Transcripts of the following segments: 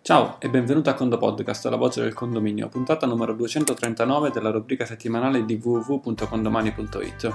Ciao e benvenuto a Condo Podcast, la voce del condominio, puntata numero 239 della rubrica settimanale di www.condomani.it.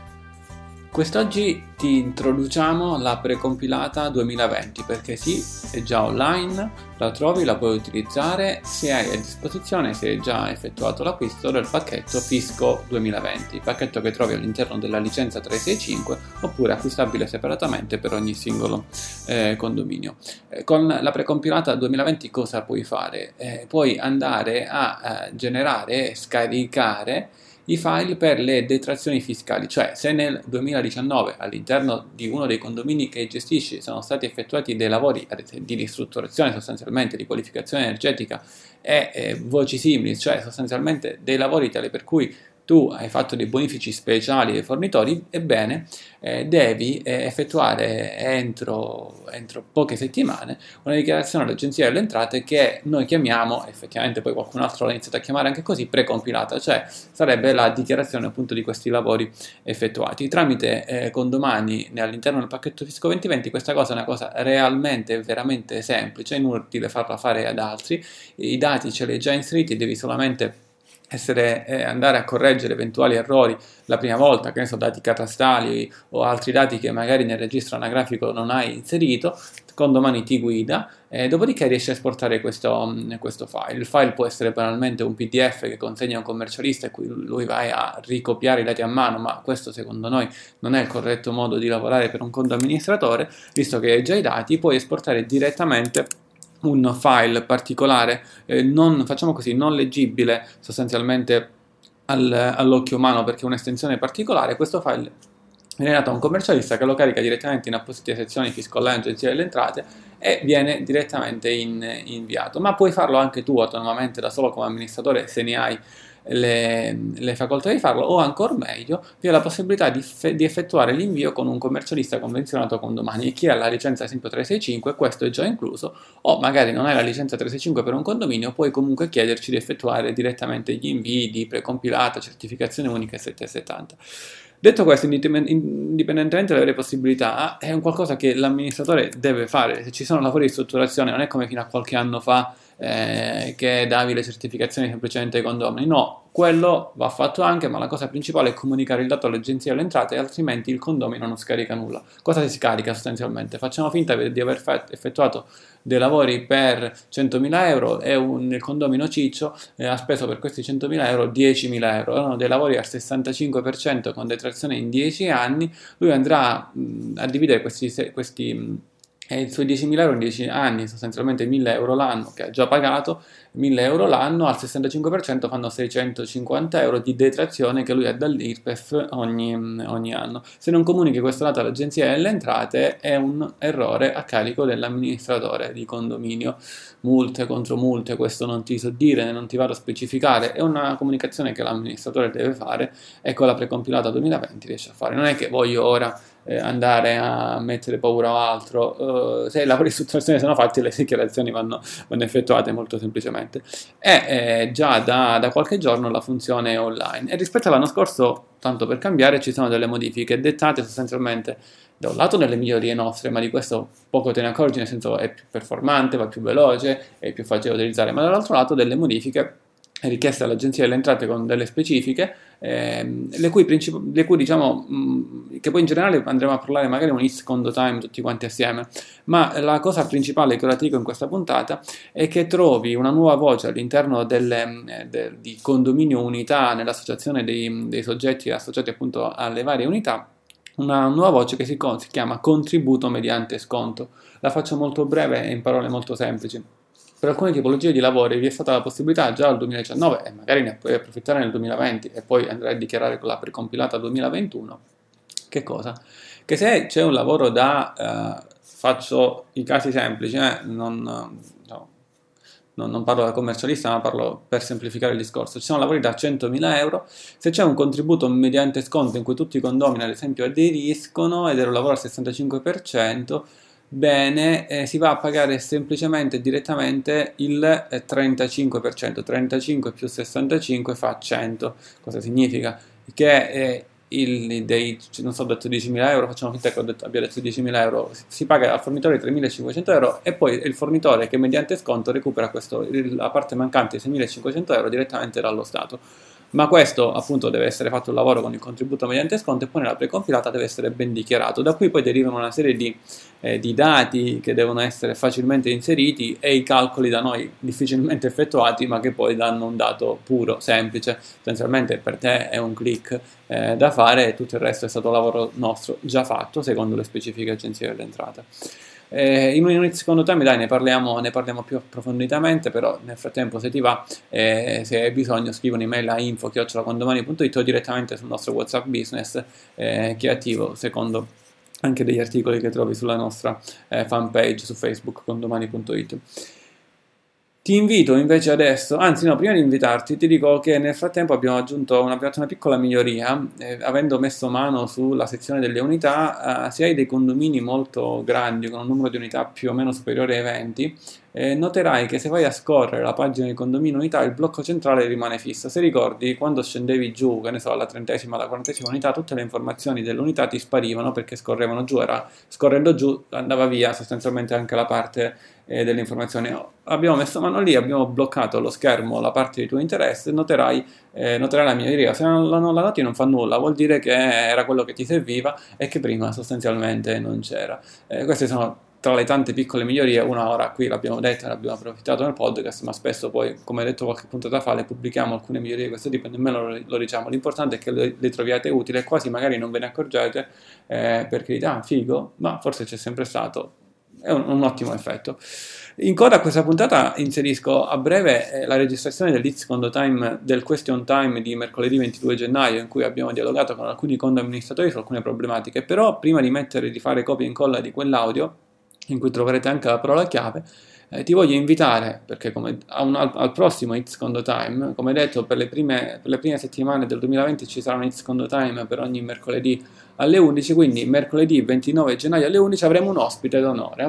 Quest'oggi ti introduciamo la precompilata 2020 perché sì, è già online, la trovi, la puoi utilizzare se hai a disposizione, se hai già effettuato l'acquisto del pacchetto Fisco 2020, pacchetto che trovi all'interno della licenza 365 oppure acquistabile separatamente per ogni singolo condominio. Con la precompilata 2020 cosa puoi fare? Puoi andare a generare e scaricare i file per le detrazioni fiscali, cioè se nel 2019 all'interno di uno dei condomini che gestisci sono stati effettuati dei lavori di ristrutturazione, sostanzialmente di qualificazione energetica e voci simili, cioè sostanzialmente dei lavori tali per cui tu hai fatto dei bonifici speciali ai fornitori, ebbene devi effettuare entro poche settimane una dichiarazione all'Agenzia delle Entrate che noi chiamiamo, effettivamente poi qualcun altro l'ha iniziato a chiamare anche così, precompilata, cioè sarebbe la dichiarazione appunto di questi lavori effettuati. Tramite Condomani all'interno del pacchetto Fisco 2020 questa cosa è una cosa realmente, veramente semplice, è inutile farla fare ad altri, i dati ce li hai già inseriti, devi solamente andare a correggere eventuali errori la prima volta, che ne so, dati catastali o altri dati che magari nel registro anagrafico non hai inserito. Condomani ti guida, dopodiché riesci a esportare questo file. Il file può essere banalmente un PDF che consegna un commercialista e cui lui vai a ricopiare i dati a mano, ma questo secondo noi non è il corretto modo di lavorare per un conto amministratore. Visto che hai già i dati, puoi esportare direttamente un file particolare, non leggibile sostanzialmente all'occhio umano perché è un'estensione particolare. Questo file viene dato a un commercialista che lo carica direttamente in apposite sezioni Fisco Online, Agenzia delle Entrate e viene direttamente inviato. Ma puoi farlo anche tu autonomamente da solo come amministratore se ne hai le facoltà di farlo, o ancora meglio vi è la possibilità di effettuare l'invio con un commercialista convenzionato con Condomani, e chi ha la licenza esempio 365 questo è già incluso, o magari non hai la licenza 365 per un condominio, puoi comunque chiederci di effettuare direttamente gli invii di precompilata, certificazione unica 770. Detto questo, indipendentemente dalle possibilità, è un qualcosa che l'amministratore deve fare. Se ci sono lavori di strutturazione, non è come fino a qualche anno fa che davi le certificazioni semplicemente ai condomini. No, quello va fatto anche, ma la cosa principale è comunicare il dato all'Agenzia delle Entrate, altrimenti il condomino non scarica nulla. Cosa si scarica sostanzialmente? Facciamo finta di aver effettuato dei lavori per 100.000 euro e il condomino Ciccio ha speso per questi 100.000 euro 10.000 euro. Erano dei lavori al 65% con detrazione in 10 anni. Lui andrà a dividere i suoi 10.000 euro in 10 anni, sostanzialmente 1.000 euro l'anno che ha già pagato, 1.000 euro l'anno al 65% fanno 650 euro di detrazione che lui ha dall'IRPEF ogni anno. Se non comunichi questo dato all'Agenzia delle Entrate è un errore a carico dell'amministratore di condominio. Multe contro multe, questo non ti so dire, non ti vado a specificare, è una comunicazione che l'amministratore deve fare e con la precompilata 2020 riesce a fare. Non è che voglio ora andare a mettere paura o altro, se i lavori di strutturazione sono fatti le dichiarazioni vanno effettuate molto semplicemente, e già da qualche giorno la funzione è online, e rispetto all'anno scorso, tanto per cambiare, ci sono delle modifiche dettate sostanzialmente da un lato nelle migliorie nostre, ma di questo poco te ne accorgi, nel senso è più performante, va più veloce, è più facile da utilizzare, ma dall'altro lato delle modifiche richieste all'Agenzia delle Entrate con delle specifiche, le cui diciamo, che poi in generale andremo a parlare magari un secondo time tutti quanti assieme, ma la cosa principale che ora ti dico in questa puntata è che trovi una nuova voce all'interno di condominio unità nell'associazione dei soggetti associati appunto alle varie unità, una nuova voce che si chiama contributo mediante sconto. La faccio molto breve e in parole molto semplici. Per alcune tipologie di lavori vi è stata la possibilità già nel 2019 e magari ne puoi approfittare nel 2020 e poi andrai a dichiarare con la precompilata 2021. Che cosa? Che se c'è un lavoro faccio i casi semplici, non parlo da commercialista, ma parlo per semplificare il discorso. Ci sono lavori da 100.000 euro, se c'è un contributo mediante sconto in cui tutti i condomini ad esempio aderiscono ed è un lavoro al 65%, bene, si va a pagare semplicemente direttamente il 35%, 35 più 65 fa 100. Cosa significa? Che non so, ho detto 10.000 euro, facciamo finta che abbia detto 10.000 euro, si paga al fornitore 3.500 euro e poi è il fornitore che mediante sconto recupera la parte mancante di 6.500 euro direttamente dallo Stato. Ma questo appunto deve essere fatto il lavoro con il contributo mediante sconto e poi nella precompilata deve essere ben dichiarato. Da qui poi derivano una serie di dati che devono essere facilmente inseriti e i calcoli da noi difficilmente effettuati, ma che poi danno un dato puro, semplice. Essenzialmente per te è un click da fare e tutto il resto è stato lavoro nostro già fatto secondo le specifiche agenzie delle entrate. In un secondo time dai, ne parliamo più approfonditamente, però nel frattempo se ti va, se hai bisogno scrivi un'email a info@condomani.it o direttamente sul nostro WhatsApp Business che è attivo secondo anche degli articoli che trovi sulla nostra fanpage su Facebook condomani.it. Ti invito invece adesso, anzi no, prima di invitarti ti dico che nel frattempo abbiamo aggiunto una piccola miglioria, avendo messo mano sulla sezione delle unità, se hai dei condomini molto grandi con un numero di unità più o meno superiore ai 20, noterai che se vai a scorrere la pagina di condominio unità il blocco centrale rimane fisso. Se ricordi, quando scendevi giù, che ne so, alla 30ª, alla 40ª unità, tutte le informazioni dell'unità ti sparivano perché scorrevano giù, scorrendo giù andava via sostanzialmente anche la parte delle informazioni. Abbiamo messo mano lì, abbiamo bloccato lo schermo, la parte di tuo interesse, noterai la miglioria. Se non la noti non fa nulla, vuol dire che era quello che ti serviva e che prima sostanzialmente non c'era. Queste sono tra le tante piccole migliorie, una ora qui l'abbiamo detta, l'abbiamo approfittato nel podcast, ma spesso poi, come detto qualche puntata fa, le pubblichiamo alcune migliorie di questo tipo e nemmeno lo diciamo. L'importante è che le troviate utili e quasi magari non ve ne accorgete perché dite, figo, ma forse c'è sempre stato. È un ottimo effetto. In coda a questa puntata inserisco a breve la registrazione dell'It's Condo Time, del Question Time di mercoledì 22 gennaio, in cui abbiamo dialogato con alcuni condo amministratori su alcune problematiche. Però prima di fare copia e incolla di quell'audio, in cui troverete anche la parola chiave, ti voglio invitare, perché al prossimo It's Condo Time, come detto, per le prime settimane del 2020 ci sarà un It's Condo Time per ogni mercoledì alle 11, quindi mercoledì 29 gennaio alle 11 avremo un ospite d'onore.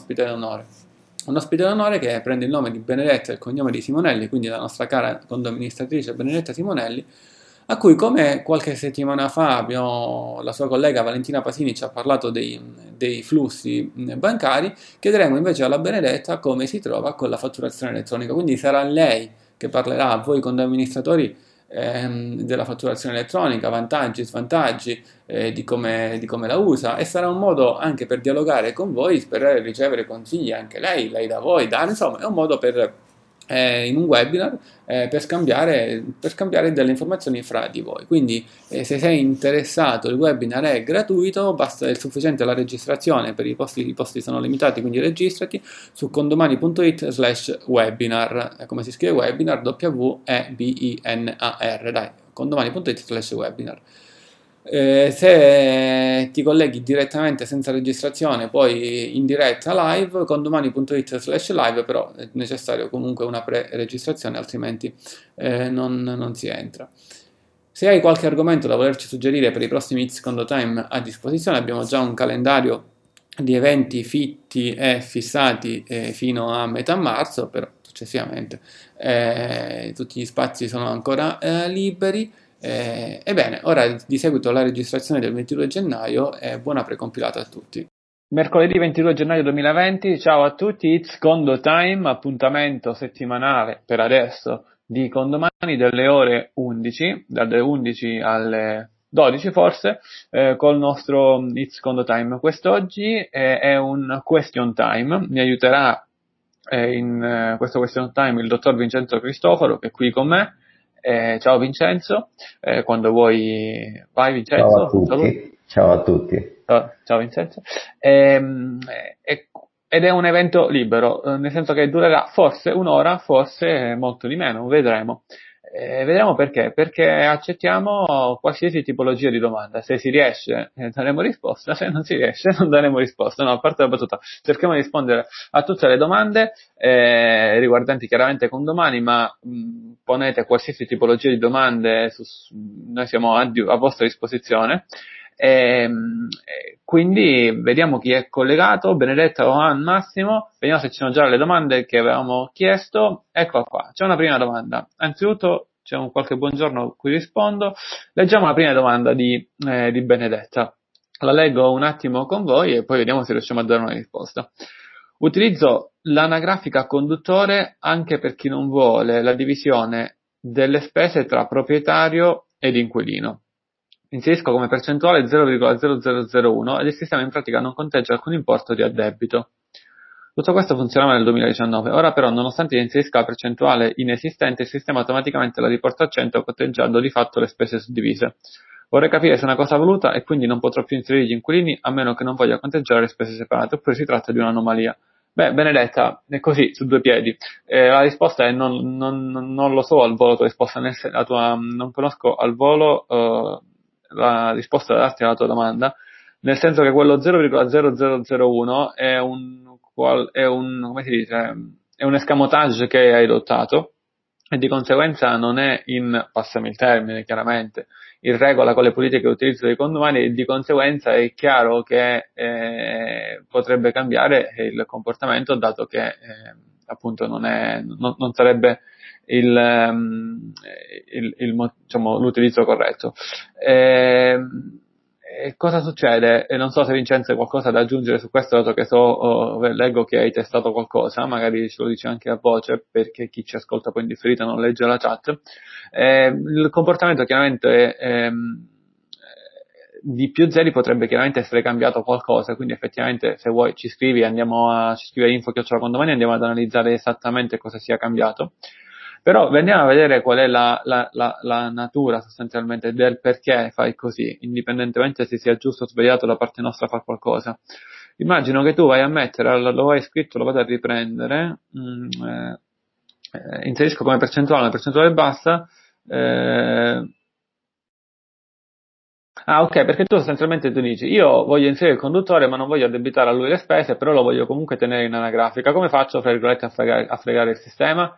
Un ospite d'onore che prende il nome di Benedetta e il cognome di Simonelli, quindi la nostra cara condoamministratrice Benedetta Simonelli, a cui, come qualche settimana fa la sua collega Valentina Pasini ci ha parlato dei flussi bancari, chiederemo invece alla Benedetta come si trova con la fatturazione elettronica. Quindi sarà lei che parlerà a voi condoamministratori della fatturazione elettronica, vantaggi, svantaggi, di come la usa, e sarà un modo anche per dialogare con voi, per ricevere consigli anche lei da voi, insomma è un modo per in un webinar per scambiare delle informazioni fra di voi. Quindi se sei interessato, il webinar è gratuito, è sufficiente la registrazione, per i posti sono limitati, quindi registrati su condomani.it/webinar, come si scrive webinar? W-E-B-I-N-A-R, dai, condomani.it/webinar. Se ti colleghi direttamente senza registrazione, poi in diretta live, condomani.it/live, però è necessario comunque una pre-registrazione, altrimenti non si entra. Se hai qualche argomento da volerci suggerire per i prossimi It's Condo Time a disposizione, abbiamo già un calendario di eventi fitti e fissati fino a metà marzo, però successivamente tutti gli spazi sono ancora liberi. Ebbene, ora di seguito la registrazione del 22 gennaio e buona precompilata a tutti. Mercoledì 22 gennaio 2020, ciao a tutti, It's Condo Time, appuntamento settimanale per adesso di Condomani delle ore 11, dalle 11 alle 12 forse, col nostro It's Condo Time. Quest'oggi è un question time, mi aiuterà in questo question time il dottor Vincenzo Cristoforo, che è qui con me. Ciao Vincenzo, quando vuoi vai Vincenzo. Ciao a tutti. Ciao a tutti. Ciao Vincenzo. Ed è un evento libero, nel senso che durerà forse un'ora, forse molto di meno, vedremo. Vedremo perché accettiamo qualsiasi tipologia di domanda. Se si riesce daremo risposta, se non si riesce non daremo risposta. No, a parte la battuta, cerchiamo di rispondere a tutte le domande riguardanti chiaramente Condomani, ma ponete qualsiasi tipologia di domande, noi siamo a vostra disposizione. Quindi vediamo chi è collegato, Benedetta o Massimo, vediamo se ci sono già le domande che avevamo chiesto. Ecco qua, c'è una prima domanda. Anzitutto c'è un qualche buongiorno a cui rispondo. Leggiamo la prima domanda di Benedetta. La leggo un attimo con voi e poi vediamo se riusciamo a dare una risposta. Utilizzo l'anagrafica conduttore anche per chi non vuole la divisione delle spese tra proprietario ed inquilino. Inserisco come percentuale 0,0001 ed il sistema in pratica non conteggia alcun importo di addebito. Tutto questo funzionava nel 2019, ora però nonostante io inserisca la percentuale inesistente, il sistema automaticamente la riporta a 100 conteggiando di fatto le spese suddivise. Vorrei capire se è una cosa voluta e quindi non potrò più inserire gli inquilini a meno che non voglia conteggiare le spese separate, oppure si tratta di un'anomalia. Beh, Benedetta, è così, su due piedi. La risposta è non lo so al volo, non conosco al volo la risposta da darti alla tua domanda, nel senso che quello 0,0001 come si dice, è un escamotage che hai adottato e di conseguenza non è passami il termine chiaramente, in regola con le politiche di utilizzo dei condomini e di conseguenza è chiaro che potrebbe cambiare il comportamento dato che appunto non sarebbe l'utilizzo corretto. Cosa succede? Non so se Vincenzo hai qualcosa da aggiungere su questo, dato che leggo che hai testato qualcosa, magari ce lo dici anche a voce, perché chi ci ascolta poi in differita non legge la chat. Il comportamento chiaramente di più zeri potrebbe chiaramente essere cambiato qualcosa, quindi effettivamente se vuoi ci scrivi a info@condomani, andiamo ad analizzare esattamente cosa sia cambiato. Però andiamo a vedere qual è la natura sostanzialmente del perché fai così, indipendentemente se sia giusto o sbagliato da parte nostra fare qualcosa. Immagino che tu vai a mettere, lo hai scritto, lo vado a riprendere, inserisco come percentuale una percentuale bassa, ok, perché tu sostanzialmente tu dici, io voglio inserire il conduttore ma non voglio addebitare a lui le spese, però lo voglio comunque tenere in anagrafica. Come faccio, fra virgolette, a fregare il sistema?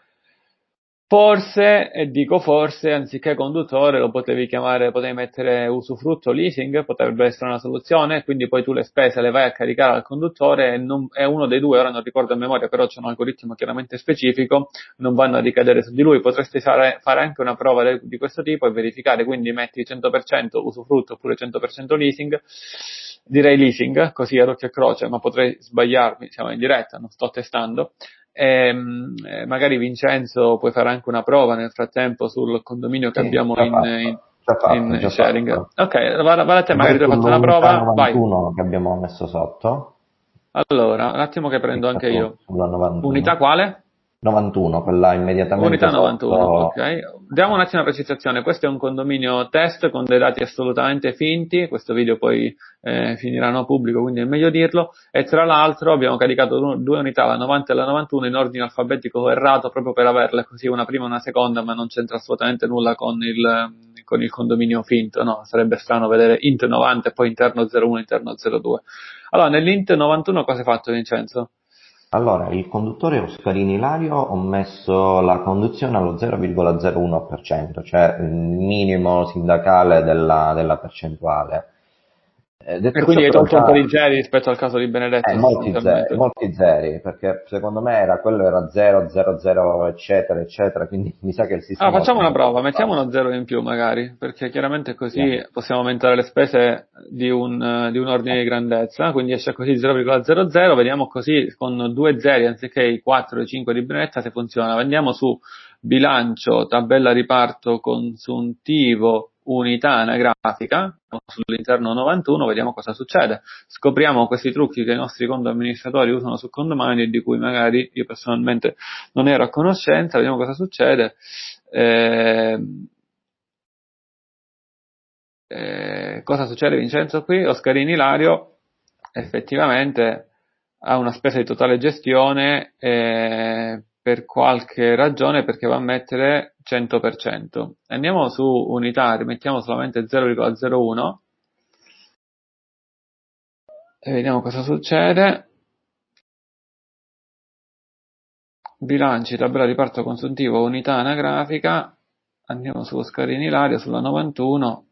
Forse, e dico forse, anziché conduttore lo potevi mettere usufrutto leasing, potrebbe essere una soluzione, quindi poi tu le spese le vai a caricare al conduttore e uno dei due, ora non ricordo a memoria, però c'è un algoritmo chiaramente specifico, non vanno a ricadere su di lui. Potresti fare anche una prova di questo tipo e verificare, quindi metti 100% usufrutto oppure 100% leasing, direi leasing, così ad occhio e croce, ma potrei sbagliarmi, siamo in diretta, non sto testando. Magari Vincenzo puoi fare anche una prova nel frattempo sul condominio che abbiamo in sharing. Fatto. Ok, va a te, magari tu hai fatto una prova. 91 vai. che abbiamo messo sotto. Allora, un attimo che prendo anche io. Unità quale? 91, quella immediatamente Unità sotto. 91, ok. Diamo un attimo una precisazione, questo è un condominio test con dei dati assolutamente finti, questo video poi finirà no pubblico, quindi è meglio dirlo, e tra l'altro abbiamo caricato due unità, la 90 e la 91, in ordine alfabetico errato, proprio per averle così una prima e una seconda, ma non c'entra assolutamente nulla con il condominio finto, no, sarebbe strano vedere int 90 e poi interno 01, interno 02. Allora, nell'int 91 cosa hai fatto, Vincenzo? Allora, il conduttore Oscarini Ilario ho messo la conduzione allo 0,01%, cioè il minimo sindacale della percentuale. E quindi hai tolto un po' di zeri rispetto al caso di Benedetto? Molti zeri, perché secondo me quello era 0, 0, 0, eccetera, eccetera, quindi mi sa che il sistema... Facciamo una prova, mettiamo uno 0 in più magari, perché chiaramente così possiamo aumentare le spese di un ordine di grandezza, quindi esce così 0,00, vediamo così con due zeri anziché i 4 e i 5 di Benedetta se funziona. Andiamo su bilancio, tabella riparto consuntivo, unità anagrafica, sull'interno 91, vediamo cosa succede. Scopriamo questi trucchi che i nostri condo amministratori usano su condomini e di cui magari io personalmente non ero a conoscenza, vediamo cosa succede. Cosa succede, Vincenzo, qui? Oscarini Ilario effettivamente ha una spesa di totale gestione per qualche ragione, perché va a mettere 100%. Andiamo su unità, rimettiamo solamente 0,01 e vediamo cosa succede. Bilanci, tabella riparto consuntivo, unità anagrafica, andiamo su Oscarini Ilario, sulla 91.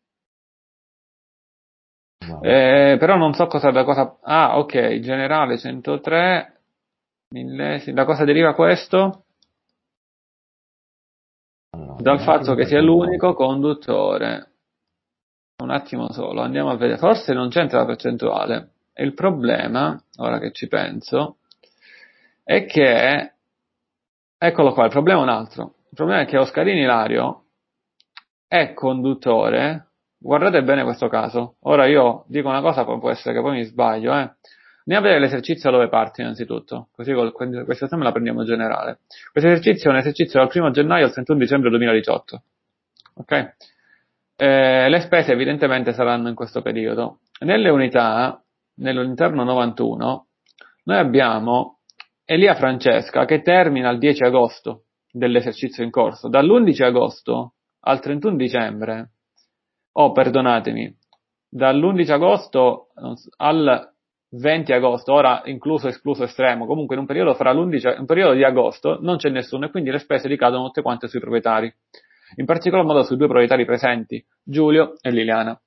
Però non so ok, generale 103 millesimi, da cosa deriva questo? dal fatto che sia l'unico conduttore. Un attimo solo, andiamo a vedere. Forse non c'entra la percentuale. E il problema, ora che ci penso, è che, eccolo qua, il problema è un altro. Il problema è che Oscarino Ilario è conduttore. Guardate bene questo caso. Ora io dico una cosa, può essere che poi mi sbaglio, Andiamo a vedere l'esercizio dove parte innanzitutto, così questo esame la prendiamo generale. Questo esercizio è un esercizio dal 1 gennaio al 31 dicembre 2018. Ok? Le spese evidentemente saranno in questo periodo. Nelle unità, nell'interno 91, noi abbiamo Elia Francesca che termina il 10 agosto dell'esercizio in corso. Dall'11 agosto al 31 dicembre, perdonatemi, dall'11 agosto al 20 agosto, ora incluso escluso estremo, comunque in un periodo fra un periodo di agosto non c'è nessuno e quindi le spese ricadono tutte quante sui proprietari, in particolar modo sui due proprietari presenti, Giulio e Liliana.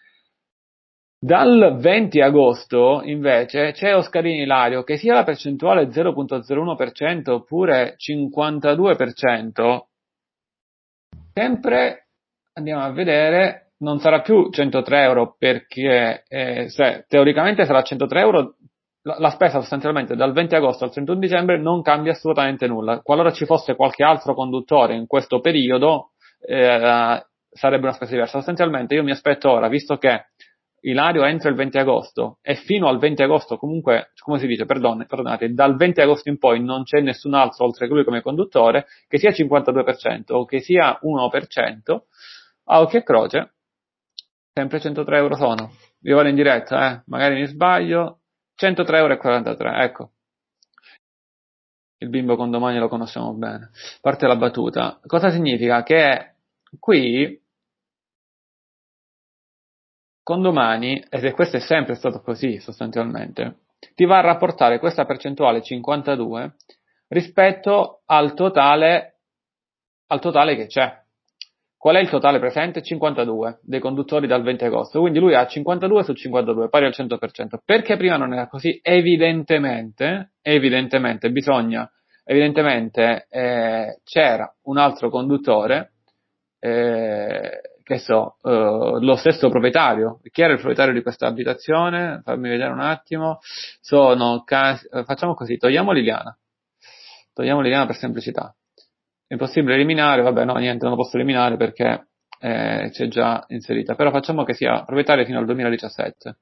Dal 20 agosto invece c'è Oscarino Ilario che sia la percentuale 0,01% oppure 52%, sempre andiamo a vedere, non sarà più 103 euro perché se teoricamente sarà 103 euro, la spesa sostanzialmente dal 20 agosto al 31 dicembre non cambia assolutamente nulla. Qualora ci fosse qualche altro conduttore in questo periodo sarebbe una spesa diversa. Sostanzialmente io mi aspetto ora, visto che Ilario entra il 20 agosto e fino al 20 agosto comunque, come si dice, perdonate, dal 20 agosto in poi non c'è nessun altro oltre che lui come conduttore, che sia 52% o che sia 1%, a occhio e croce, sempre 103 euro sono. Vi vado in diretta, magari mi sbaglio, 103,43 euro, ecco. Il bimbo con domani lo conosciamo bene. Parte la battuta. Cosa significa? Che qui con domani, ed questo è sempre stato così sostanzialmente, ti va a rapportare questa percentuale 52 rispetto al totale che c'è. Qual è il totale presente? 52 dei conduttori dal 20 agosto, quindi lui ha 52 su 52, pari al 100%. Perché prima non era così? Evidentemente c'era un altro conduttore, lo stesso proprietario. Chi era il proprietario di questa abitazione? Fammi vedere un attimo. Facciamo così, togliamo Liliana per semplicità. È impossibile eliminare, vabbè no, niente, non lo posso eliminare perché c'è già inserita, però facciamo che sia proprietario fino al 2017.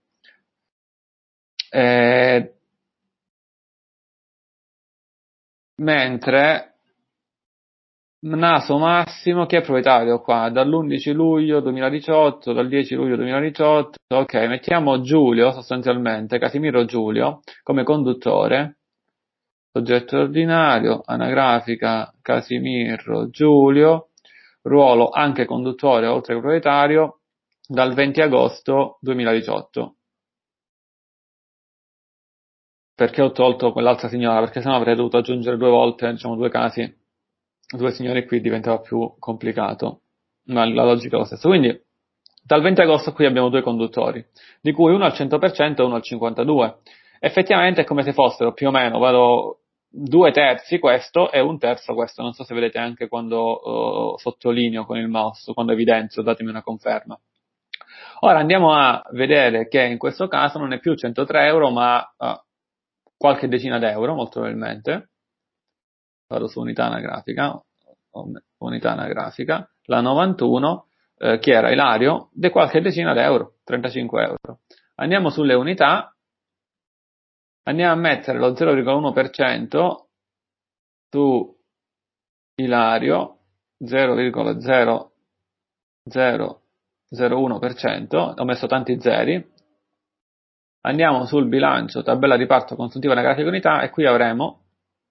Mentre Naso Massimo, che è proprietario qua, dall'11 luglio 2018, dal 10 luglio 2018, ok, mettiamo Giulio, sostanzialmente, Casimiro Giulio, come conduttore, soggetto ordinario, anagrafica, Casimiro Giulio, ruolo anche conduttore oltre che proprietario, dal 20 agosto 2018. Perché ho tolto quell'altra signora? Perché sennò avrei dovuto aggiungere due volte, due casi. Due signori qui diventava più complicato, ma la logica è la stessa. Quindi dal 20 agosto qui abbiamo due conduttori, di cui uno al 100% e uno al 52%. Effettivamente è come se fossero più o meno, vado 2/3 questo e 1/3 questo. Non so se vedete anche quando sottolineo con il mouse, quando evidenzio, datemi una conferma. Ora andiamo a vedere che in questo caso non è più 103 euro, ma qualche decina d'euro, molto probabilmente. Vado su unità anagrafica, la 91, chi era Ilario, di qualche decina d'euro, 35 euro. Andiamo sulle unità, andiamo a mettere lo 0,1% su Ilario, 0,0001%, ho messo tanti zeri, andiamo sul bilancio, tabella riparto consuntiva anagrafica unità e qui avremo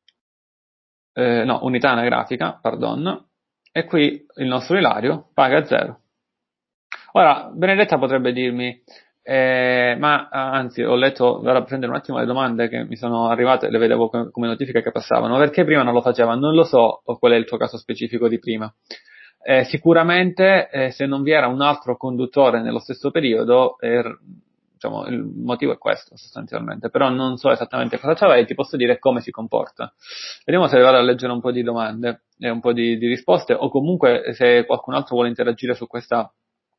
unità anagrafica, e qui il nostro Ilario paga 0. Ora, Benedetta potrebbe dirmi, anzi, ho letto, vado a prendere un attimo le domande che mi sono arrivate, le vedevo come notifiche che passavano, perché prima non lo faceva? Non lo so qual è il tuo caso specifico di prima. Sicuramente se non vi era un altro conduttore nello stesso periodo, diciamo, il motivo è questo sostanzialmente, però non so esattamente cosa c'è e ti posso dire come si comporta. Vediamo se vado a leggere un po' di domande e un po' di risposte, o comunque se qualcun altro vuole interagire su questa,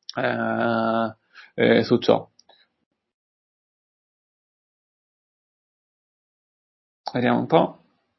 su ciò. Vediamo un po'.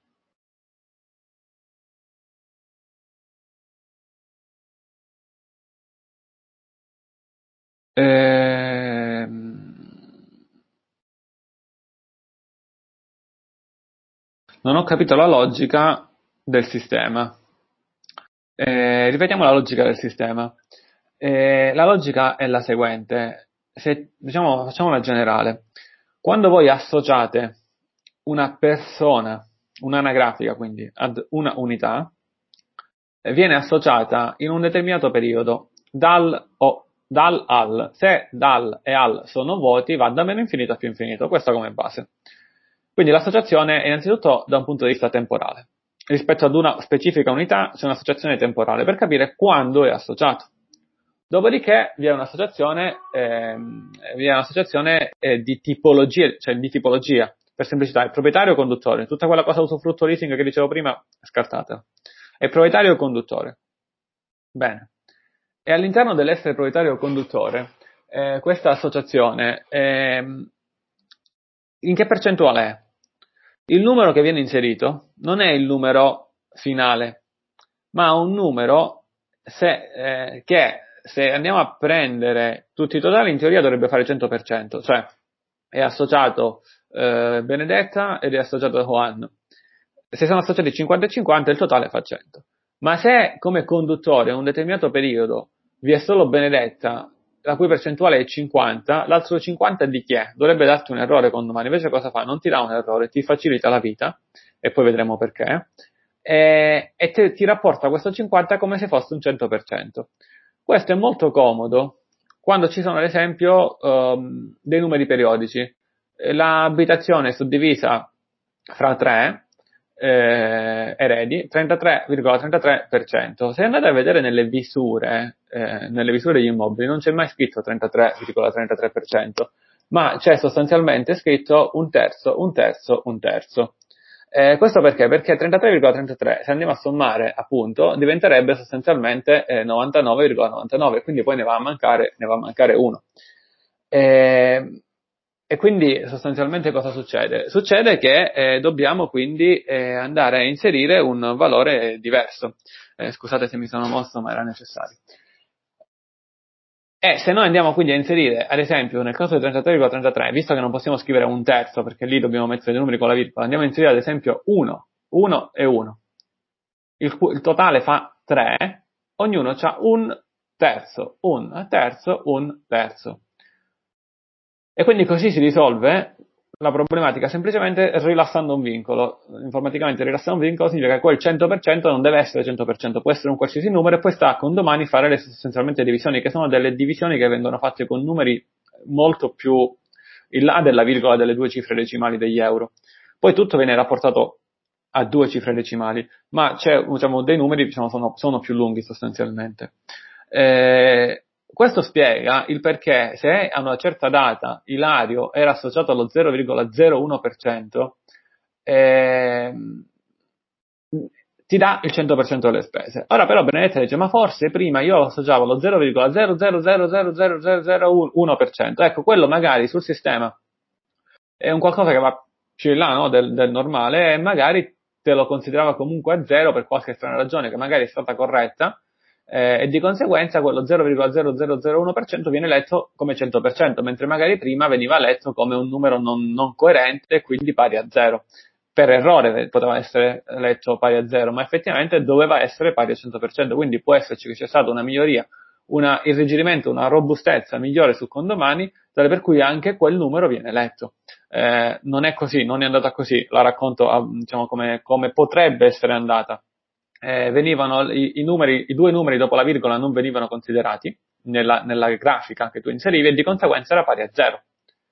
Non ho capito la logica del sistema. Ripetiamo la logica del sistema. La logica è la seguente. Se, diciamo, facciamola generale. Quando voi associate una persona, un'anagrafica quindi, ad una unità, viene associata in un determinato periodo dal al. Se dal e al sono vuoti, va da meno infinito a più infinito. Questo come base. Quindi l'associazione è innanzitutto da un punto di vista temporale. Rispetto ad una specifica unità c'è un'associazione temporale per capire quando è associato. Dopodiché vi è un'associazione di tipologie, cioè di tipologia. Per semplicità, il proprietario conduttore, tutta quella cosa usufrutto leasing che dicevo prima, scartatela. È proprietario o conduttore. Bene. E all'interno dell'essere proprietario o conduttore, questa associazione, in che percentuale è? Il numero che viene inserito non è il numero finale, ma un numero che se andiamo a prendere tutti i totali in teoria dovrebbe fare 100%, cioè è associato Benedetta ed è associato Juan. Se sono associati 50 e 50 il totale fa 100. Ma se come conduttore in un determinato periodo vi è solo Benedetta, la cui percentuale è 50, l'altro 50 di chi è? Dovrebbe darti un errore condomani, invece cosa fa? Non ti dà un errore, ti facilita la vita, e poi vedremo perché, e ti rapporta questo 50 come se fosse un 100%. Questo è molto comodo quando ci sono ad esempio dei numeri periodici. L'abitazione è suddivisa fra 3 eredi, 33,33%. Se andate a vedere nelle visure degli immobili non c'è mai scritto 33,33%, ma c'è sostanzialmente scritto un terzo, un terzo, un terzo. Questo perché? Perché 33,33, se andiamo a sommare appunto, diventerebbe sostanzialmente 99,99, quindi poi ne va a mancare 1. E quindi sostanzialmente cosa succede? Succede che dobbiamo quindi andare a inserire un valore diverso. Scusate se mi sono mosso, ma era necessario. E se noi andiamo quindi a inserire, ad esempio, nel caso del 33,33, visto che non possiamo scrivere un terzo, perché lì dobbiamo mettere dei numeri con la virgola, andiamo a inserire ad esempio 1, 1 e 1. Il totale fa 3, ognuno ha un terzo, un terzo, un terzo. E quindi così si risolve la problematica semplicemente rilassando un vincolo. Informaticamente rilassare un vincolo significa che quel 100% non deve essere 100%, può essere un qualsiasi numero e poi sta a condomani fare le sostanzialmente divisioni, che sono delle divisioni che vengono fatte con numeri molto più in là della virgola delle 2 cifre decimali degli euro. Poi tutto viene rapportato a 2 cifre decimali, ma c'è, diciamo, dei numeri, diciamo, sono più lunghi sostanzialmente. Questo spiega il perché se a una certa data Ilario era associato allo 0,01%, ti dà il 100% delle spese. Ora però Benedetta dice, ma forse prima io lo associavo allo 0,0000001%. Ecco, quello magari sul sistema è un qualcosa che va più in là, no, del normale, e magari te lo considerava comunque a 0 per qualche strana ragione che magari è stata corretta, e di conseguenza quello 0,0001% viene letto come 100%, mentre magari prima veniva letto come un numero non coerente e quindi pari a 0. Per errore poteva essere letto pari a 0, ma effettivamente doveva essere pari al 100%, quindi può esserci che c'è stata una miglioria, un irrigidimento, una robustezza migliore su condomani, tale per cui anche quel numero viene letto. Non è così, non è andata così, la racconto diciamo come potrebbe essere andata. Venivano i 2 numeri dopo la virgola non venivano considerati nella grafica che tu inserivi e di conseguenza era pari a 0.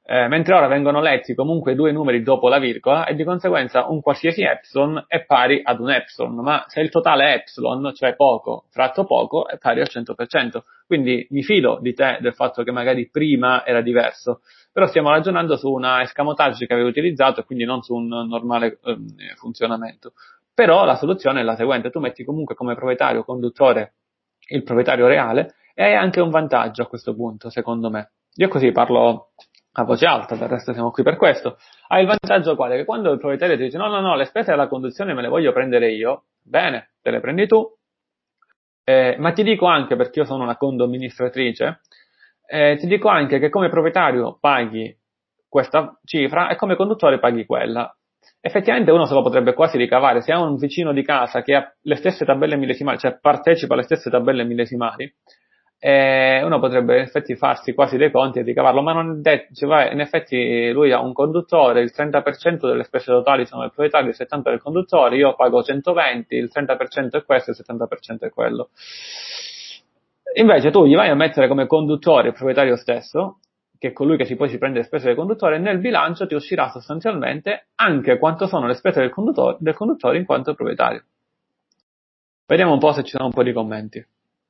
mentre ora vengono letti comunque due numeri dopo la virgola e di conseguenza un qualsiasi epsilon è pari ad un epsilon, ma se il totale è epsilon, cioè poco fratto poco, è pari al 100%. Quindi mi fido di te del fatto che magari prima era diverso, però stiamo ragionando su una escamotage che avevo utilizzato e quindi non su un normale funzionamento. Però la soluzione è la seguente: tu metti comunque come proprietario conduttore il proprietario reale e hai anche un vantaggio a questo punto, secondo me. Io così parlo a voce alta, del resto siamo qui per questo. Hai il vantaggio quale? Che quando il proprietario ti dice no, no, no, le spese della conduzione me le voglio prendere io, bene, te le prendi tu, ma ti dico anche, perché io sono una condomministratrice, ti dico anche che come proprietario paghi questa cifra e come conduttore paghi quella. Effettivamente uno se lo potrebbe quasi ricavare, se ha un vicino di casa che ha le stesse tabelle millesimali, cioè partecipa alle stesse tabelle millesimali, uno potrebbe in effetti farsi quasi dei conti e ricavarlo, ma non è detto, cioè, in effetti lui ha un conduttore, il 30% delle spese totali sono del proprietario, il 70% del conduttore, io pago 120, il 30% è questo, il 70% è quello. Invece tu gli vai a mettere come conduttore il proprietario stesso, che è colui che poi si prende le spese del conduttore, e nel bilancio ti uscirà sostanzialmente anche quanto sono le spese del conduttore in quanto proprietario. Vediamo un po' se ci sono un po' di commenti.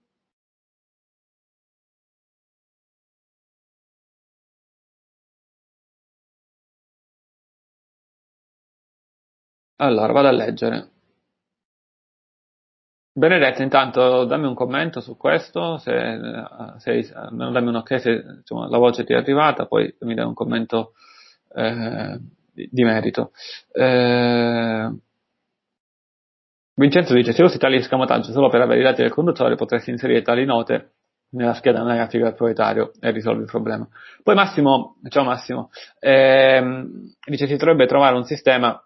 Allora, vado a leggere. Benedetta, intanto dammi un commento su questo, almeno dammi un ok se insomma, la voce ti è arrivata, poi mi dai un commento di merito. Vincenzo dice: se usi tali escamotage solo per avere i dati del conduttore, potresti inserire tali note nella scheda anagrafica del proprietario e risolvi il problema. Poi Massimo, ciao Massimo, dice si dovrebbe trovare un sistema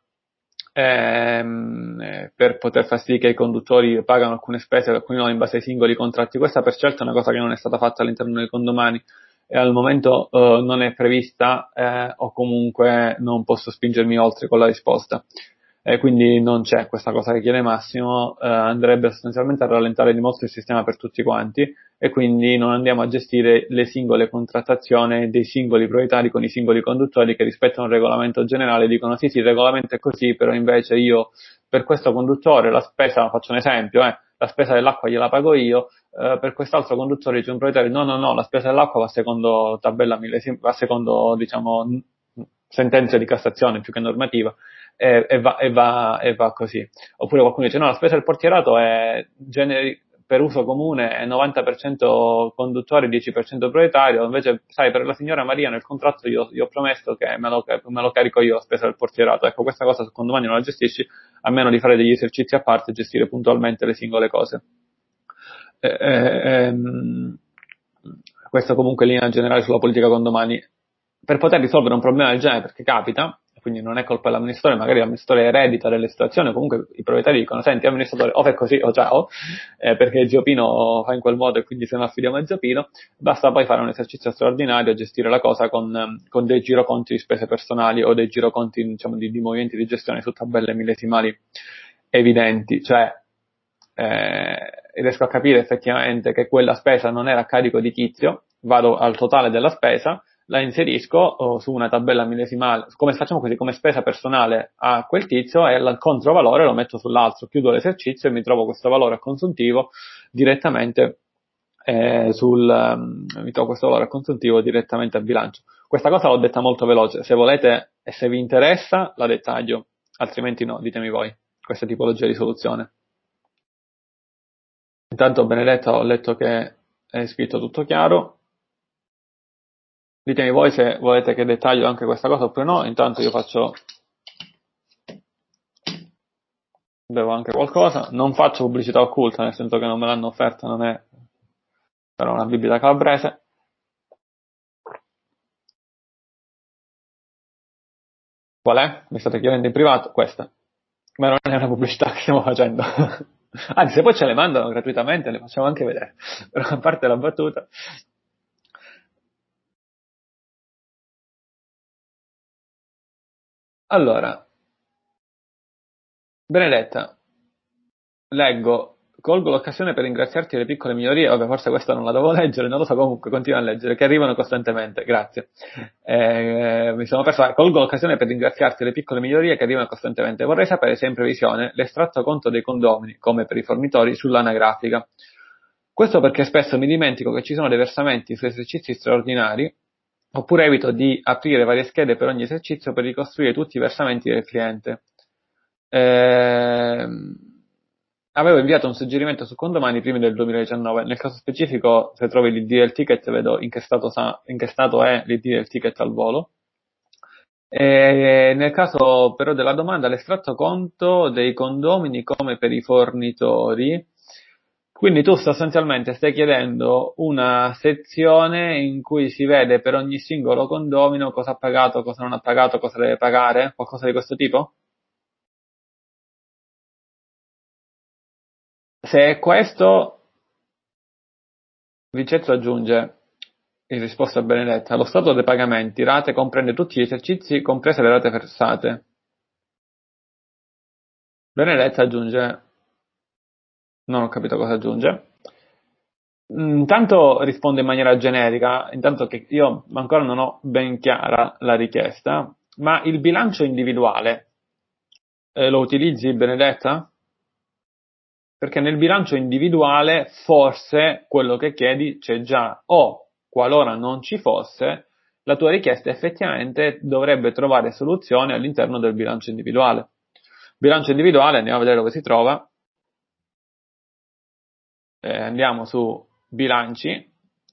per poter far sì che i conduttori pagano alcune spese e alcune no in base ai singoli contratti. Questa per certo è una cosa che non è stata fatta all'interno dei condomani e al momento non è prevista o comunque non posso spingermi oltre con la risposta. Quindi non c'è questa cosa che chiede Massimo, andrebbe sostanzialmente a rallentare di molto il sistema per tutti quanti e quindi non andiamo a gestire le singole contrattazioni dei singoli proprietari con i singoli conduttori che rispetto a un regolamento generale dicono sì, il regolamento è così, però invece io per questo conduttore la spesa, faccio un esempio, la spesa dell'acqua gliela pago io, per quest'altro conduttore dice un proprietario no, no, no, la spesa dell'acqua va secondo tabella va secondo, diciamo, sentenza di Cassazione più che normativa e va così. Oppure qualcuno dice no, la spesa del portierato è per uso comune è 90% conduttore, 10% proprietario, invece sai per la signora Maria nel contratto io ho promesso che me lo carico io la spesa del portierato. Ecco, questa cosa secondo me non la gestisci, a meno di fare degli esercizi a parte e gestire puntualmente le singole cose. Questo comunque in linea generale sulla politica condomani. Per poter risolvere un problema del genere, perché capita, quindi non è colpa dell'amministratore, magari l'amministratore eredita delle situazioni, comunque i proprietari dicono, senti amministratore, o fai così o ciao, perché Zio Pino fa in quel modo e quindi se ne affidiamo a Zio Pino, basta poi fare un esercizio straordinario, gestire la cosa con dei giroconti di spese personali o dei giroconti diciamo, di movimenti di gestione su tabelle millesimali evidenti, cioè riesco a capire effettivamente che quella spesa non era a carico di Tizio, vado al totale della spesa, la inserisco su una tabella millesimale, come facciamo così, come spesa personale a quel tizio e il controvalore lo metto sull'altro, chiudo l'esercizio e mi trovo questo valore a consuntivo direttamente mi trovo questo valore a consuntivo direttamente al bilancio. Questa cosa l'ho detta molto veloce, se volete e se vi interessa la dettaglio, altrimenti no, ditemi voi, questa tipologia di soluzione. Intanto Benedetta ho letto che è scritto tutto chiaro. Ditemi voi se volete che dettaglio anche questa cosa oppure no. Intanto io bevo anche qualcosa. Non faccio pubblicità occulta, nel senso che non me l'hanno offerta, non è però una bibita calabrese. Qual è? Mi state chiedendo in privato? Questa. Ma non è una pubblicità che stiamo facendo. Anzi, se poi ce le mandano gratuitamente, le facciamo anche vedere. Però a parte la battuta. Allora, Benedetta, leggo colgo l'occasione per ringraziarti delle piccole migliorie, vabbè forse questa non la devo leggere, non lo so, comunque continua a leggere, che arrivano costantemente, grazie. Mi sono perso, colgo l'occasione per ringraziarti delle piccole migliorie che arrivano costantemente. Vorrei sapere se è in previsione l'estratto conto dei condomini, come per i fornitori, sull'anagrafica. Questo perché spesso mi dimentico che ci sono dei versamenti su esercizi straordinari, oppure evito di aprire varie schede per ogni esercizio per ricostruire tutti i versamenti del cliente. Avevo inviato un suggerimento su condomani prima del 2019. Nel caso specifico, se trovi l'ID del ticket, vedo in che stato è l'ID del ticket al volo. Nel caso però della domanda, l'estratto conto dei condomini come per i fornitori. Quindi tu sostanzialmente stai chiedendo una sezione in cui si vede per ogni singolo condomino cosa ha pagato, cosa non ha pagato, cosa deve pagare, qualcosa di questo tipo? Se è questo, Vincenzo aggiunge, in risposta a Benedetta, lo stato dei pagamenti, rate comprende tutti gli esercizi, comprese le rate versate. Benedetta aggiunge, non ho capito cosa aggiunge. Intanto risponde in maniera generica, intanto che io ancora non ho ben chiara la richiesta, ma il bilancio individuale lo utilizzi, Benedetta? Perché nel bilancio individuale forse quello che chiedi c'è già, o qualora non ci fosse, la tua richiesta effettivamente dovrebbe trovare soluzione all'interno del bilancio individuale. Bilancio individuale, andiamo a vedere dove si trova. Andiamo su bilanci,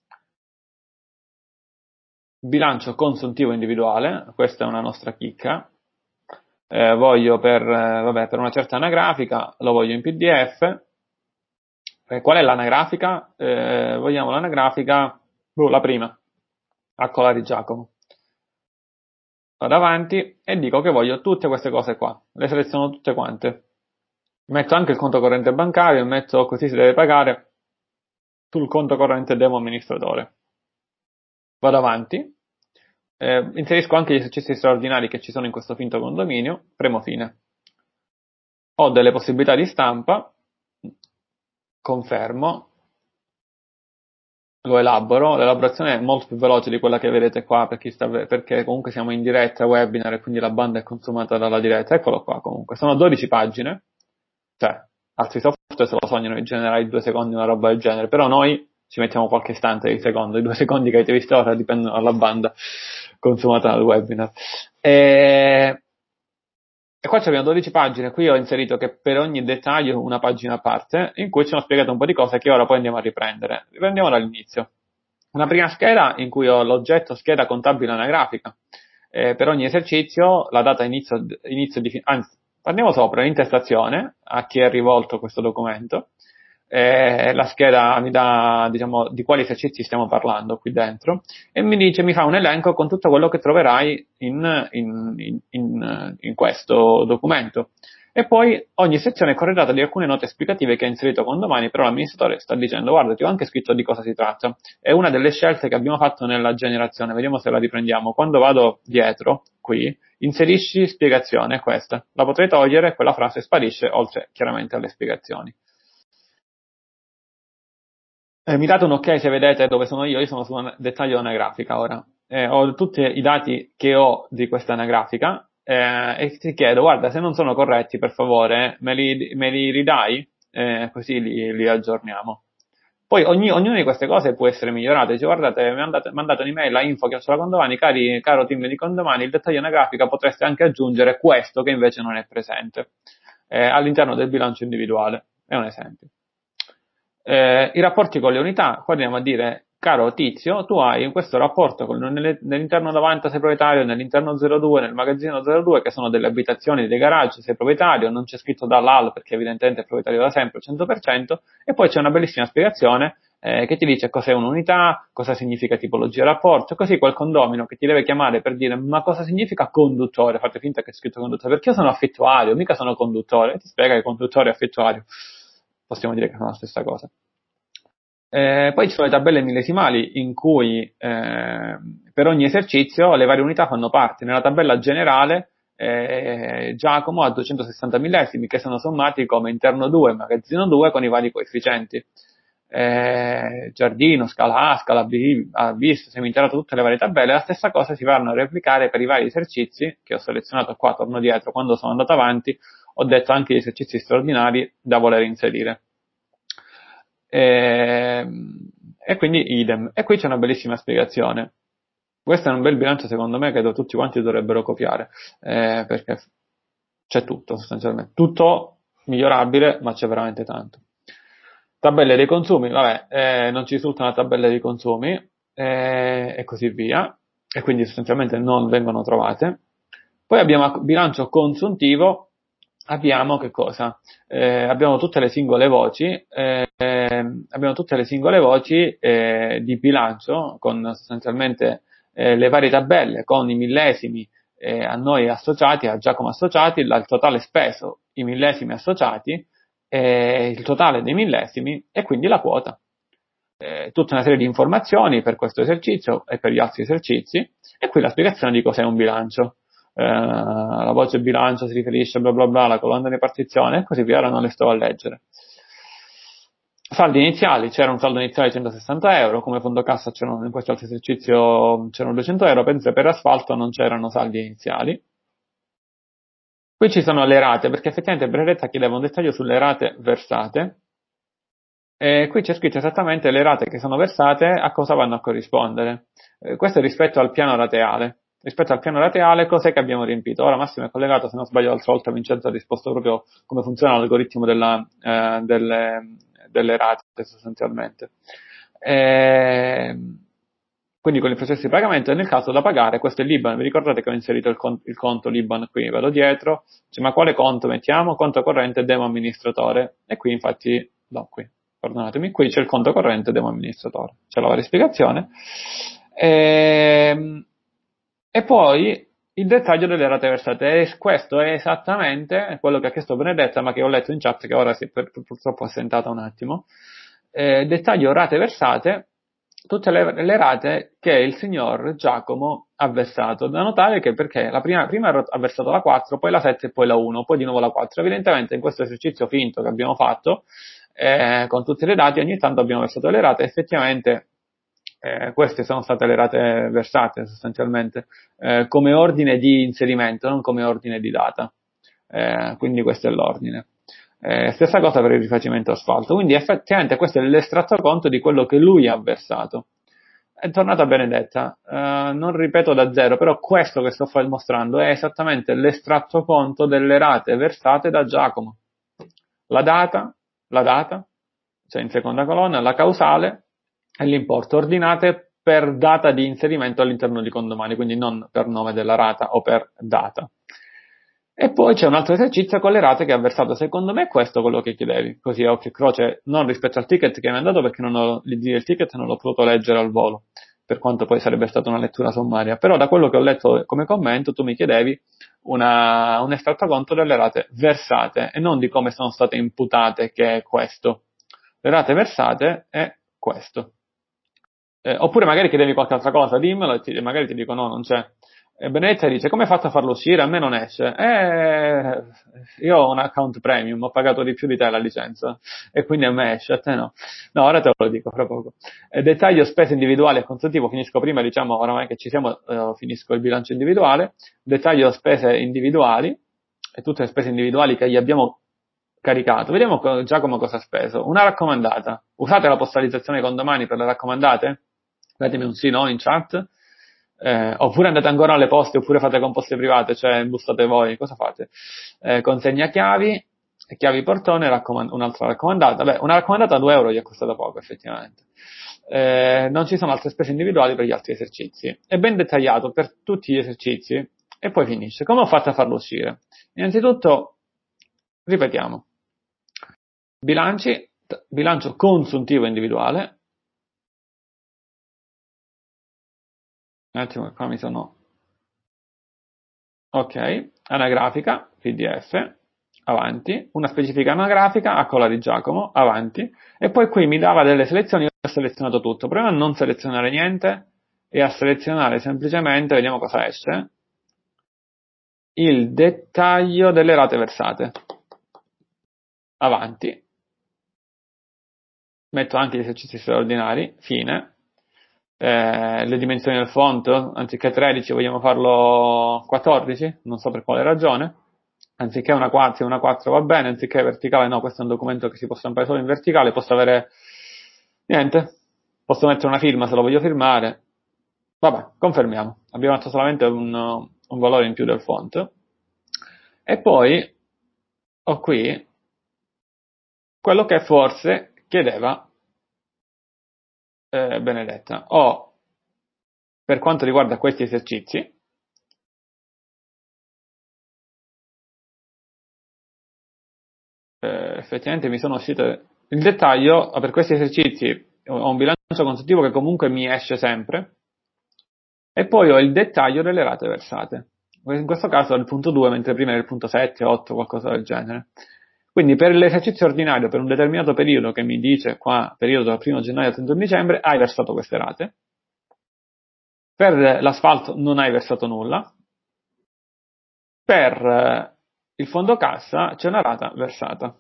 bilancio consuntivo individuale, questa è una nostra chicca. Voglio per una certa anagrafica, lo voglio in PDF. Qual è l'anagrafica? Vogliamo l'anagrafica, la prima, a Colari Giacomo. Vado avanti e dico che voglio tutte queste cose qua, le seleziono tutte quante. Metto anche il conto corrente bancario e metto così si deve pagare sul conto corrente demo amministratore. Vado avanti, inserisco anche gli esercizi straordinari che ci sono in questo finto condominio, premo fine. Ho delle possibilità di stampa, confermo, lo elaboro, l'elaborazione è molto più veloce di quella che vedete qua perché comunque siamo in diretta webinar e quindi la banda è consumata dalla diretta. Eccolo qua comunque, sono 12 pagine, cioè altri software se lo sognano di generare in 2 secondi una roba del genere, però noi ci mettiamo qualche istante di secondo, i 2 secondi che avete visto ora dipendono dalla banda consumata dal webinar. E qua abbiamo 12 pagine, qui ho inserito che per ogni dettaglio una pagina a parte, in cui ci sono spiegato un po' di cose che ora poi andiamo a riprendere. Riprendiamo dall'inizio. Una prima scheda in cui ho l'oggetto scheda contabile anagrafica. Per ogni esercizio la data anzi, andiamo sopra, l'intestazione, a chi è rivolto questo documento. La scheda mi dà, diciamo, di quali esercizi stiamo parlando qui dentro e mi fa un elenco con tutto quello che troverai in questo documento. E poi ogni sezione è corredata di alcune note esplicative che ha inserito Condomani, però l'amministratore sta dicendo, guarda, ti ho anche scritto di cosa si tratta. È una delle scelte che abbiamo fatto nella generazione, vediamo se la riprendiamo. Quando vado dietro, qui, inserisci spiegazione, questa. La potrei togliere, quella frase sparisce, oltre chiaramente alle spiegazioni. Mi date un ok se vedete dove sono io sono su un dettaglio anagrafica ora. Ho tutti i dati che ho di questa anagrafica e ti chiedo, guarda, se non sono corretti, per favore, me li ridai? Così li aggiorniamo. Poi ognuna di queste cose può essere migliorata. Dice, guardate, mandate un'email a info@condomani, caro team di Condomani, il dettaglio anagrafica potreste anche aggiungere questo che invece non è presente all'interno del bilancio individuale. È un esempio. I rapporti con le unità, qua andiamo a dire, caro Tizio, tu hai in questo rapporto nell'interno 90 sei proprietario, nell'interno 02, nel magazzino 02, che sono delle abitazioni, dei garage, sei proprietario, non c'è scritto dall'AL perché evidentemente è proprietario da sempre al 100%, e poi c'è una bellissima spiegazione che ti dice cos'è un'unità, cosa significa tipologia rapporto, così quel condomino che ti deve chiamare per dire ma cosa significa conduttore, fate finta che è scritto conduttore, perché io sono affittuario, mica sono conduttore, e ti spiega che conduttore e affittuario possiamo dire che sono la stessa cosa. Poi ci sono le tabelle millesimali in cui per ogni esercizio le varie unità fanno parte. Nella tabella generale Giacomo ha 260 millesimi che sono sommati come interno 2 e magazzino 2 con i vari coefficienti. Giardino, scala A, scala B, A bis, seminterrato, tutte le varie tabelle. La stessa cosa si vanno a replicare per i vari esercizi che ho selezionato qua, torno dietro, quando sono andato avanti ho detto anche gli esercizi straordinari da voler inserire. E quindi idem. E qui c'è una bellissima spiegazione. Questo è un bel bilancio secondo me che tutti quanti dovrebbero copiare, perché c'è tutto sostanzialmente, tutto migliorabile, ma c'è veramente tanto. Tabelle dei consumi, vabbè, non ci risulta una tabella dei consumi, e così via, e quindi sostanzialmente non vengono trovate. Poi abbiamo bilancio consuntivo, abbiamo che cosa? Abbiamo tutte le singole voci, di bilancio con sostanzialmente le varie tabelle con i millesimi a noi associati, a Giacomo associati, il totale speso, i millesimi associati, il totale dei millesimi e quindi la quota. Tutta una serie di informazioni per questo esercizio e per gli altri esercizi e qui la spiegazione di cos'è un bilancio. La voce bilancio si riferisce bla bla bla alla colonna di ripartizione e così via, ora non le sto a leggere. Saldi iniziali, c'era un saldo iniziale di 160 euro, come fondo cassa in questo altro esercizio c'erano 200 euro, mentre per asfalto non c'erano saldi iniziali. Qui ci sono le rate, perché effettivamente Benedetta chiedeva un dettaglio sulle rate versate, e qui c'è scritto esattamente le rate che sono versate a cosa vanno a corrispondere. Questo è rispetto al piano rateale. Rispetto al piano rateale, cos'è che abbiamo riempito? Ora Massimo è collegato, se non sbaglio l'altra volta Vincenzo ha risposto proprio come funziona l'algoritmo delle rate sostanzialmente. Quindi con il processo di pagamento e nel caso da pagare, questo è l'IBAN, vi ricordate che ho inserito il conto l'IBAN qui, vado dietro, ma quale conto mettiamo? Conto corrente demo amministratore, e qui infatti, no qui, perdonatemi, qui c'è il conto corrente demo amministratore, c'è la varia spiegazione, e poi il dettaglio delle rate versate, e questo è esattamente quello che ha chiesto Benedetta, ma che ho letto in chat che ora si è purtroppo assentata un attimo, dettaglio rate versate, tutte le rate che il signor Giacomo ha versato, da notare che perché la prima ha versato la 4, poi la 7 e poi la 1, poi di nuovo la 4, evidentemente in questo esercizio finto che abbiamo fatto, con tutti i dati, ogni tanto abbiamo versato le rate, effettivamente queste sono state le rate versate sostanzialmente, come ordine di inserimento, non come ordine di data, quindi questo è l'ordine. Stessa cosa per il rifacimento asfalto, quindi effettivamente questo è l'estratto conto di quello che lui ha versato. È tornata Benedetta, non ripeto da zero, però questo che sto mostrando è esattamente l'estratto conto delle rate versate da Giacomo. La data, cioè in seconda colonna, la causale e l'importo, ordinate per data di inserimento all'interno di condomani, quindi non per nome della rata o per data. E poi c'è un altro esercizio con le rate che ha versato, secondo me questo è quello che chiedevi, così a occhio e croce, non rispetto al ticket che mi è andato perché il ticket non l'ho potuto leggere al volo, per quanto poi sarebbe stata una lettura sommaria, però da quello che ho letto come commento tu mi chiedevi un estratto conto delle rate versate e non di come sono state imputate, che è questo. Le rate versate è questo. Oppure magari chiedevi qualche altra cosa, dimmelo e magari ti dico no, non c'è. E Benedetta dice, come hai fatto a farlo uscire? A me non esce. Io ho un account premium, ho pagato di più di te la licenza, e quindi a me esce, a te no. No, ora te lo dico fra poco. Dettaglio spese individuali e consuntivo, finisco prima, diciamo, oramai che ci siamo, finisco il bilancio individuale. Dettaglio spese individuali, e tutte le spese individuali che gli abbiamo caricato. Vediamo Giacomo cosa ha speso. Una raccomandata. Usate la postalizzazione condomani per le raccomandate? Datemi un sì, no, in chat. Oppure andate ancora alle poste, oppure fate con poste private, cioè bustate voi, cosa fate? Consegna chiavi portone, un'altra raccomandata. Beh, una raccomandata a 2 euro gli è costata poco, effettivamente. Non ci sono altre spese individuali per gli altri esercizi. È ben dettagliato per tutti gli esercizi e poi finisce. Come ho fatto a farlo uscire? Innanzitutto, ripetiamo. Bilancio consuntivo individuale. Un attimo, qua mi sono... Ok, anagrafica, PDF, avanti, una specifica anagrafica a colla di Giacomo, avanti, e poi qui mi dava delle selezioni, io ho selezionato tutto, proviamo a non selezionare niente e a selezionare semplicemente, vediamo cosa esce, il dettaglio delle rate versate. Avanti. Metto anche gli esercizi straordinari, fine. Le dimensioni del font, anziché 13 vogliamo farlo 14, non so per quale ragione. Anziché una 4 va bene, anziché verticale no, questo è un documento che si può stampare solo in verticale, posso avere niente, posso mettere una firma se lo voglio firmare. Vabbè, confermiamo, abbiamo messo solamente un valore in più del font. E poi ho qui quello che forse chiedeva Benedetta. Ho, per quanto riguarda questi esercizi, effettivamente mi sono uscite il dettaglio. Per questi esercizi ho un bilancio consuntivo che comunque mi esce sempre, e poi ho il dettaglio delle rate versate. In questo caso è il punto 2, mentre prima era il punto 7, 8, qualcosa del genere. Quindi per l'esercizio ordinario, per un determinato periodo, che mi dice qua, periodo dal 1 gennaio al 31 dicembre, hai versato queste rate. Per l'asfalto non hai versato nulla. Per il fondo cassa c'è una rata versata.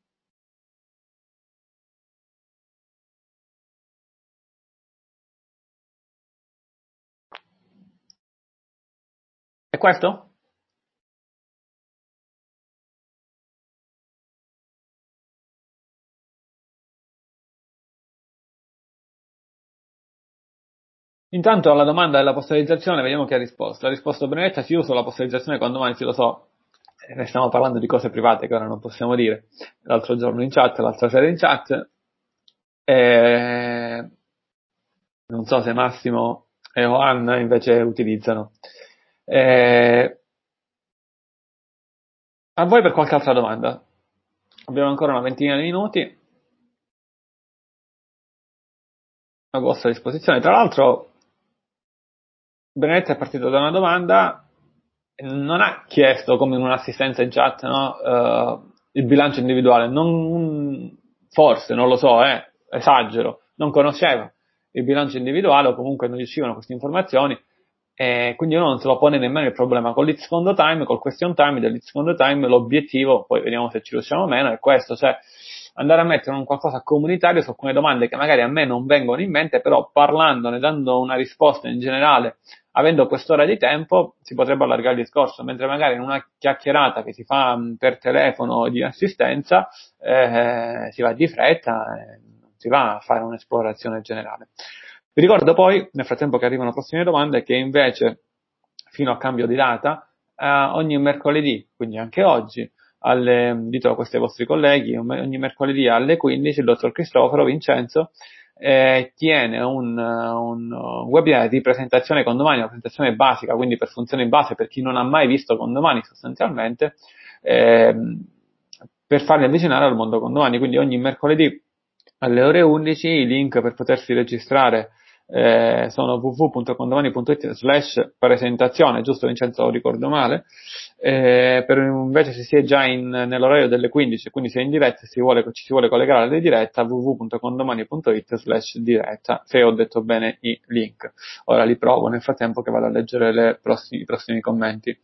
E questo? Intanto alla domanda della postalizzazione vediamo chi ha risposto. Ha risposto Benedetta: sì, uso la postalizzazione con domani, sì lo so. Ne stiamo parlando di cose private che ora non possiamo dire. L'altro giorno in chat, l'altra sera in chat. Non so se Massimo e Oan invece utilizzano. A voi per qualche altra domanda? Abbiamo ancora una ventina di minuti a vostra disposizione. Tra l'altro Benedetta è partito da una domanda, non ha chiesto come in un'assistenza in chat, no? Il bilancio individuale, forse, non lo so, esagero, non conosceva il bilancio individuale o comunque non riuscivano queste informazioni, e quindi uno non se lo pone nemmeno il problema. Con l'It's Fondo Time, col question time dell'It's Fondo Time, l'obiettivo, poi vediamo se ci riusciamo o meno, è questo, cioè andare a mettere un qualcosa comunitario su alcune domande che magari a me non vengono in mente, però parlandone, dando una risposta in generale, avendo quest'ora di tempo, si potrebbe allargare il discorso, mentre magari in una chiacchierata che si fa per telefono di assistenza, si va di fretta, non si va a fare un'esplorazione generale. Vi ricordo poi, nel frattempo che arrivano prossime domande, che invece, fino a cambio di data, ogni mercoledì, quindi anche oggi, ditelo a questi vostri colleghi, ogni mercoledì alle 15 il dottor Cristoforo Vincenzo tiene un webinar di presentazione condomani, una presentazione basica, quindi per funzioni base, per chi non ha mai visto condomani sostanzialmente, per farli avvicinare al mondo condomani. Quindi ogni mercoledì alle ore 11 i link per potersi registrare sono www.condomani.it/presentazione, giusto Vincenzo, lo ricordo male, per invece se si è già nell'orario delle 15, quindi se è in diretta e ci si vuole collegare alla diretta, www.condomani.it/diretta, se ho detto bene i link. Ora li provo nel frattempo che vado a leggere i prossimi commenti.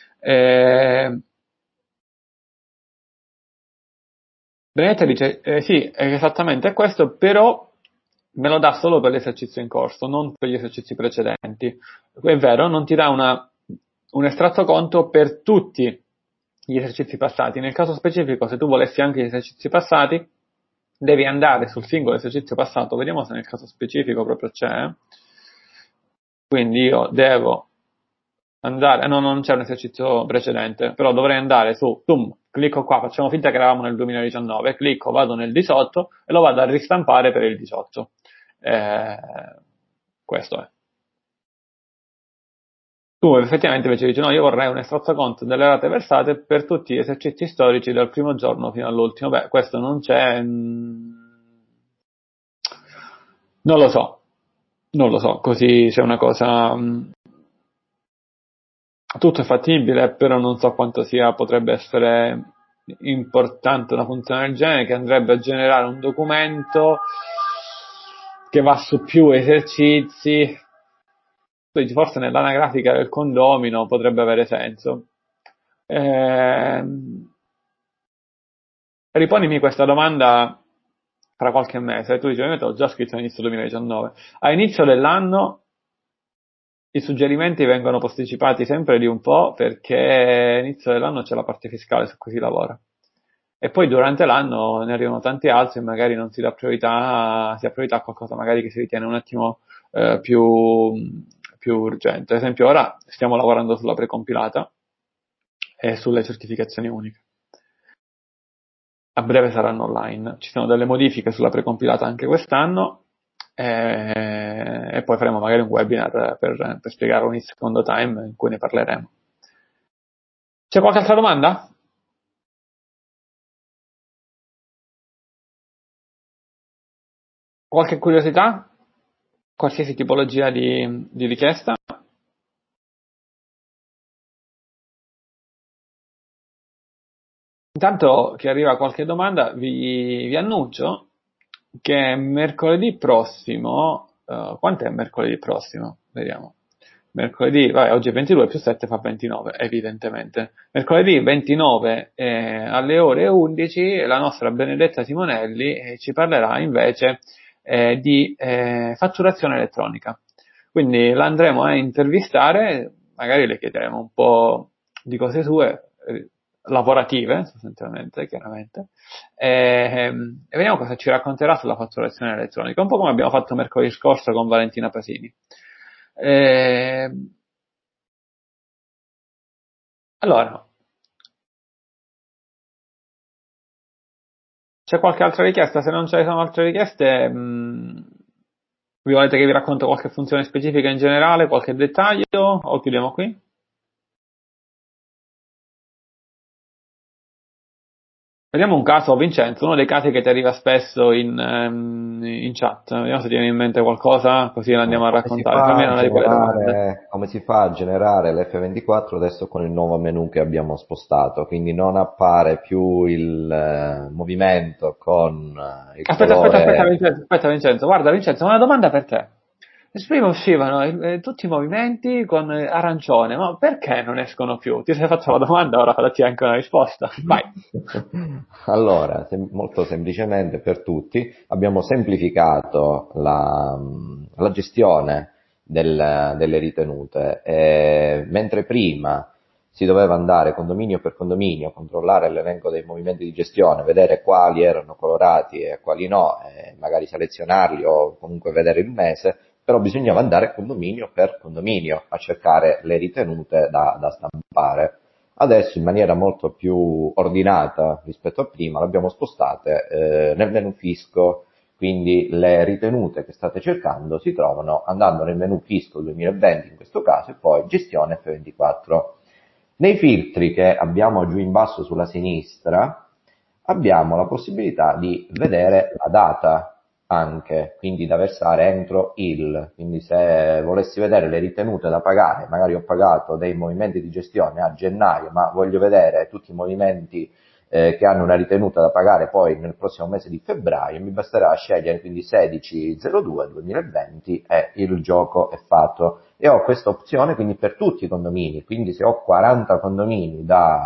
Benedetta dice, sì, è esattamente questo, però me lo dà solo per l'esercizio in corso, non per gli esercizi precedenti. È vero, non ti dà un estratto conto per tutti gli esercizi passati. Nel caso specifico, se tu volessi anche gli esercizi passati, devi andare sul singolo esercizio passato. Vediamo se nel caso specifico proprio c'è. Quindi io devo andare, no, non c'è un esercizio precedente, però dovrei andare su, clicco qua, facciamo finta che eravamo nel 2019, clicco, vado nel 18 e lo vado a ristampare per il 18. Questo è. Tu effettivamente invece dici, no, io vorrei un estratto conto delle rate versate per tutti gli esercizi storici dal primo giorno fino all'ultimo. Beh, questo non c'è, non lo so, così c'è una cosa, tutto è fattibile, però non so quanto potrebbe essere importante una funzione del genere, che andrebbe a generare un documento che va su più esercizi. Forse nell'anagrafica del condomino potrebbe avere senso. Riponimi questa domanda tra qualche mese. Tu dici, io te l'ho già scritto all'inizio 2019. A inizio dell'anno i suggerimenti vengono posticipati sempre di un po' perché all'inizio dell'anno c'è la parte fiscale su cui si lavora. E poi durante l'anno ne arrivano tanti altri e magari non si dà priorità, si dà priorità a qualcosa magari che si ritiene un attimo più urgente. Ad esempio ora stiamo lavorando sulla precompilata e sulle certificazioni uniche. A breve saranno online. Ci sono delle modifiche sulla precompilata anche quest'anno e poi faremo magari un webinar per spiegarlo in secondo time in cui ne parleremo. C'è qualche altra domanda? Qualche curiosità? Qualsiasi tipologia di richiesta? Intanto che arriva qualche domanda, vi annuncio che mercoledì prossimo, quant'è mercoledì prossimo? Vediamo. Mercoledì, vabbè, oggi è 22 più 7 fa 29, evidentemente. Mercoledì 29 alle ore 11 la nostra Benedetta Simonelli ci parlerà invece di fatturazione elettronica. Quindi la andremo a intervistare, magari le chiederemo un po' di cose sue, lavorative, sostanzialmente, chiaramente, e vediamo cosa ci racconterà sulla fatturazione elettronica, un po' come abbiamo fatto mercoledì scorso con Valentina Pasini. Allora, c'è qualche altra richiesta? Se non ci sono altre richieste, vi volete che vi racconto qualche funzione specifica in generale, qualche dettaglio, o chiudiamo qui? Vediamo un caso, Vincenzo, uno dei casi che ti arriva spesso in chat. Vediamo se ti viene in mente qualcosa, così lo andiamo a raccontare. Fammi una di quelle domande. Come si fa a generare l'F24 adesso con il nuovo menu che abbiamo spostato? Quindi non appare più il movimento con il colore... Aspetta Vincenzo, guarda Vincenzo, una domanda per te. Prima uscivano tutti i movimenti con arancione, ma perché non escono più? Ti sei fatto la domanda, ora datti anche una risposta. Vai. Allora, molto semplicemente per tutti, abbiamo semplificato la gestione delle ritenute, mentre prima si doveva andare condominio per condominio, controllare l'elenco dei movimenti di gestione, vedere quali erano colorati e quali no, magari selezionarli o comunque vedere il mese, però bisognava andare condominio per condominio a cercare le ritenute da stampare. Adesso in maniera molto più ordinata rispetto a prima l'abbiamo spostate nel menu fisco, quindi le ritenute che state cercando si trovano andando nel menu fisco 2020 in questo caso e poi gestione F24. Nei filtri che abbiamo giù in basso sulla sinistra abbiamo la possibilità di vedere la data anche, quindi da versare entro il, quindi se volessi vedere le ritenute da pagare, magari ho pagato dei movimenti di gestione a gennaio, ma voglio vedere tutti i movimenti che hanno una ritenuta da pagare poi nel prossimo mese di febbraio, mi basterà scegliere quindi 16/02/2020 e il gioco è fatto. E ho questa opzione quindi per tutti i condomini, quindi se ho 40 condomini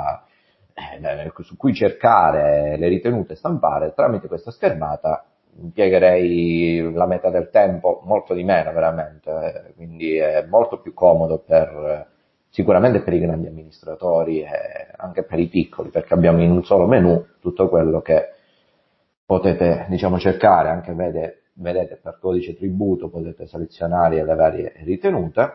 su cui cercare le ritenute e stampare tramite questa schermata, impiegherei la metà del tempo, molto di meno veramente, quindi è molto più comodo sicuramente per i grandi amministratori e anche per i piccoli, perché abbiamo in un solo menu tutto quello che potete, diciamo, cercare, anche vedete per codice tributo potete selezionare le varie ritenute.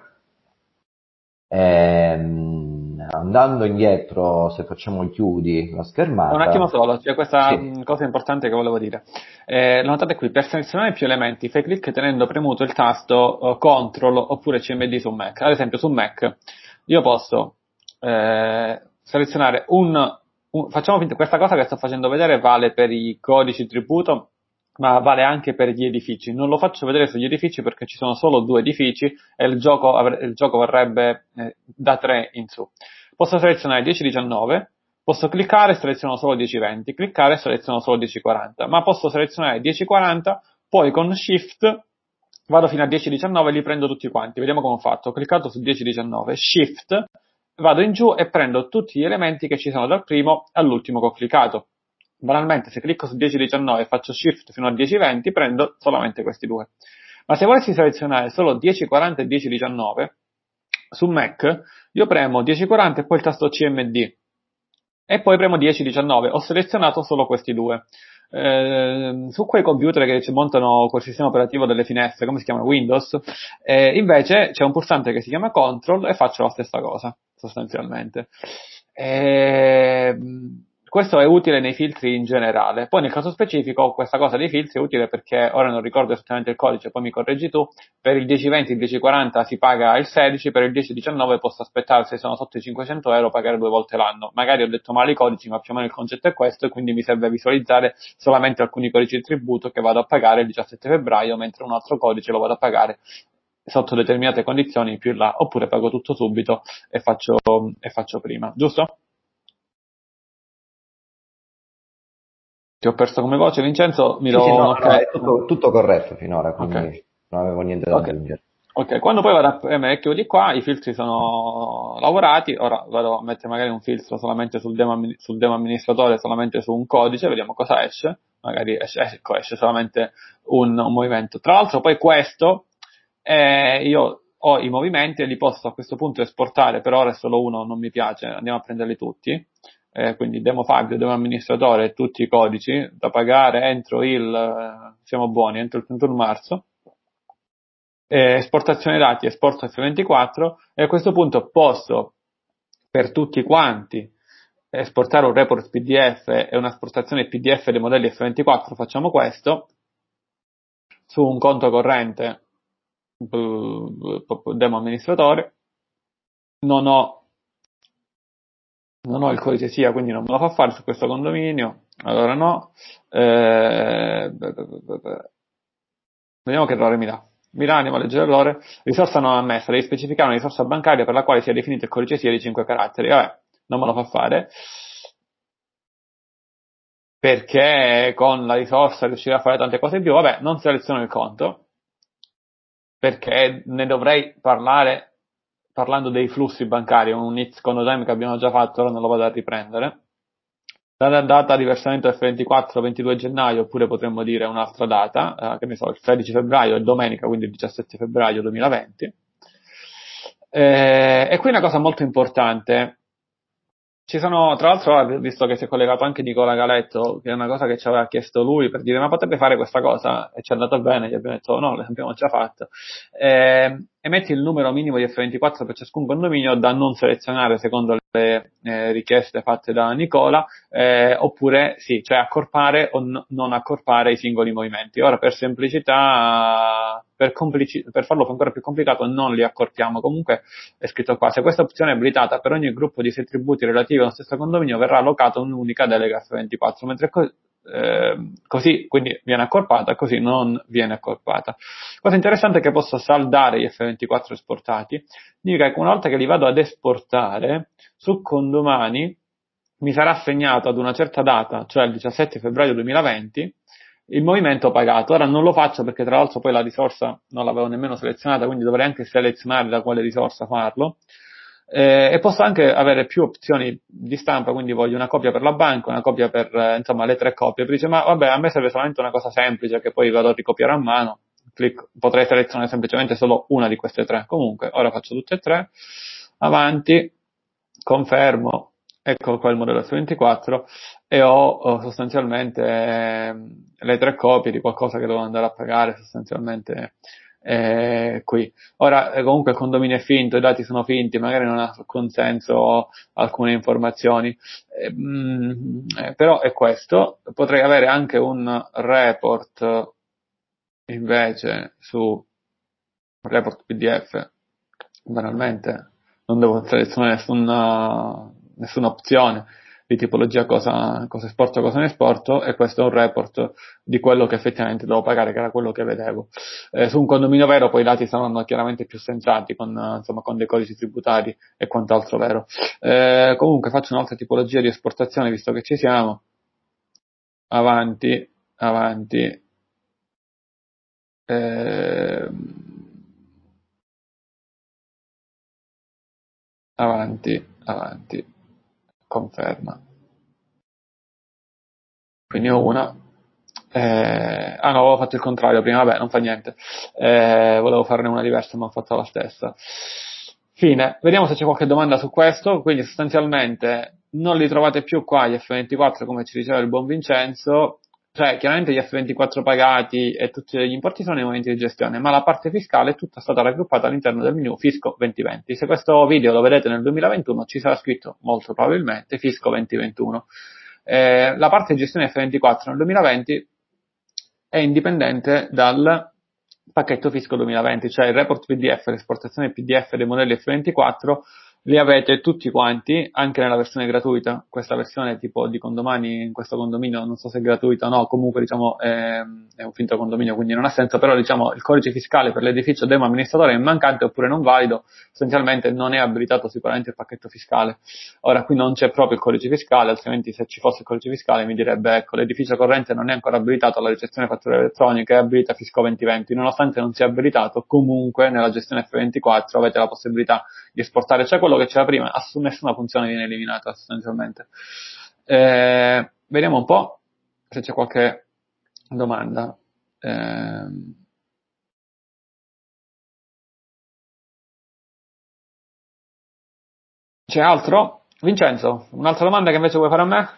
Andando indietro, se facciamo il chiudi la schermata. Un attimo solo, c'è questa cosa importante che volevo dire. Notate qui, per selezionare più elementi fai clic tenendo premuto il tasto Ctrl oppure CMD su Mac. Ad esempio su Mac io posso selezionare facciamo finta, questa cosa che sto facendo vedere vale per i codici tributo, ma vale anche per gli edifici. Non lo faccio vedere sugli edifici perché ci sono solo 2 edifici e il gioco varrebbe da 3 in su. Posso selezionare 10-19, posso cliccare e seleziono solo 10-20, cliccare e seleziono solo 10-40, ma posso selezionare 10-40, poi con Shift vado fino a 10-19 e li prendo tutti quanti. Vediamo come ho fatto. Ho cliccato su 10-19, Shift, vado in giù e prendo tutti gli elementi che ci sono dal primo all'ultimo che ho cliccato. Banalmente, se clicco su 1019 e faccio shift fino a 1020, prendo solamente questi due. Ma se volessi selezionare solo 1040 e 1019, su Mac, io premo 1040 e poi il tasto CMD, e poi premo 1019. Ho selezionato solo questi due. Su quei computer che ci montano col sistema operativo delle finestre, come si chiama? Windows, invece c'è un pulsante che si chiama Control e faccio la stessa cosa, sostanzialmente. Questo è utile nei filtri in generale. Poi nel caso specifico questa cosa dei filtri è utile perché ora non ricordo esattamente il codice, poi mi correggi tu. Per il 1020 e il 1040 si paga il 16, per il 1019 posso aspettare, se sono sotto i 500 euro, pagare 2 volte l'anno. Magari ho detto male i codici, ma più o meno il concetto è questo, e quindi mi serve visualizzare solamente alcuni codici di tributo che vado a pagare il 17 febbraio, mentre un altro codice lo vado a pagare sotto determinate condizioni più in là, oppure pago tutto subito e faccio prima, giusto? Ti ho perso come voce, Vincenzo, mi Sì, do sì, un no, no, ok. è tutto corretto finora, Ok. quindi non avevo niente da Ok, aggiungere. ok, quando poi vado a premere e chiudi qua, i filtri sono lavorati. Ora vado a mettere magari un filtro solamente sul demo amministratore, solamente su un codice, vediamo cosa esce. Magari esce solamente un movimento. Tra l'altro poi questo, io ho i movimenti e li posso a questo punto esportare. Per ora è solo uno, non mi piace, andiamo a prenderli tutti. Quindi demo Fabio, demo amministratore, tutti i codici da pagare entro siamo buoni, entro il 31 marzo. Esportazione dati, esporto F24, e a questo punto posso per tutti quanti esportare un report PDF e una esportazione PDF dei modelli F24. Facciamo questo su un conto corrente demo amministratore. Non ho il codice SIA, quindi non me lo fa fare su questo condominio. Allora no. Vediamo che errore mi dà. Andiamo a leggere l'errore. Risorsa non ammessa. Devi specificare una risorsa bancaria per la quale sia definito il codice SIA di 5 caratteri. Vabbè, non me lo fa fare. Perché con la risorsa riuscirà a fare tante cose in più. Vabbè, non seleziono il conto. Perché ne dovrei parlando dei flussi bancari. Un It's Condotem che abbiamo già fatto, ora non lo vado a riprendere. La data di versamento è 24-22 gennaio, oppure potremmo dire un'altra data, che ne so, il 13 febbraio è domenica, quindi il 17 febbraio 2020. E qui una cosa molto importante. Ci sono, tra l'altro, visto che si è collegato anche Nicola Galetto, che è una cosa che ci aveva chiesto lui, per dire ma potrebbe fare questa cosa, e ci è andata bene, gli abbiamo detto no, l'abbiamo già fatto. E metti il numero minimo di F24 per ciascun condominio da non selezionare secondo le richieste fatte da Nicola, oppure sì, cioè accorpare o non accorpare i singoli movimenti. Ora per semplicità, per farlo ancora più complicato, non li accorpiamo. Comunque è scritto qua: se questa opzione è abilitata per ogni gruppo di 6 tributi relativi a uno stesso condominio, verrà allocata un'unica delega F24, mentre così quindi viene accorpata, così non viene accorpata. Cosa interessante è che posso saldare gli F24 esportati. Significa che una volta che li vado ad esportare su condomani, mi sarà assegnato ad una certa data, cioè il 17 febbraio 2020, il movimento pagato. Ora non lo faccio perché tra l'altro poi la risorsa non l'avevo nemmeno selezionata, quindi dovrei anche selezionare da quale risorsa farlo. E posso anche avere più opzioni di stampa, quindi voglio una copia per la banca, una copia per, insomma, le 3 copie. Poi dice, ma vabbè, a me serve solamente una cosa semplice che poi vado a ricopiare a mano. Potrei selezionare semplicemente solo una di queste 3. Comunque, ora faccio tutte e 3. Avanti, confermo, ecco qua il modello S24, e ho sostanzialmente le 3 copie di qualcosa che devo andare a pagare sostanzialmente qui. Ora comunque il condominio è finto, i dati sono finti, magari non ha consenso alcune informazioni, però è questo. Potrei avere anche un report invece su report PDF, banalmente non devo selezionare nessuna opzione di tipologia cosa esporto, cosa non esporto, e questo è un report di quello che effettivamente devo pagare, che era quello che vedevo. Su un condominio vero poi i dati saranno chiaramente più sensati, insomma, con dei codici tributari e quant'altro vero. Comunque faccio un'altra tipologia di esportazione, visto che ci siamo. Avanti, avanti. avanti, conferma. Quindi ho una. No, avevo fatto il contrario prima, vabbè, non fa niente. Volevo farne una diversa, ma ho fatto la stessa. Fine. Vediamo se c'è qualche domanda su questo. Quindi sostanzialmente non li trovate più qua gli F24, come ci diceva il buon Vincenzo. Cioè, chiaramente gli F24 pagati e tutti gli importi sono nei momenti di gestione, ma la parte fiscale è tutta stata raggruppata all'interno del menu Fisco 2020. Se questo video lo vedete nel 2021 ci sarà scritto molto probabilmente Fisco 2021. La parte di gestione F24 nel 2020 è indipendente dal pacchetto Fisco 2020, cioè il report PDF, l'esportazione PDF dei modelli F24 li avete tutti quanti, anche nella versione gratuita. Questa versione tipo di condomani in questo condominio, non so se è gratuita o no, comunque diciamo è un finto condominio, quindi non ha senso, però diciamo il codice fiscale per l'edificio demo amministratore è mancante oppure non valido, essenzialmente non è abilitato sicuramente il pacchetto fiscale. Ora qui non c'è proprio il codice fiscale, altrimenti se ci fosse il codice fiscale mi direbbe ecco l'edificio corrente non è ancora abilitato alla ricezione fatture elettroniche, è abilita Fisco 2020, nonostante non sia abilitato comunque nella gestione F24 avete la possibilità di esportare, cioè quello che c'era prima, nessuna funzione viene eliminata sostanzialmente. Vediamo un po' se c'è qualche domanda. C'è altro? Vincenzo, un'altra domanda che invece vuoi fare a me?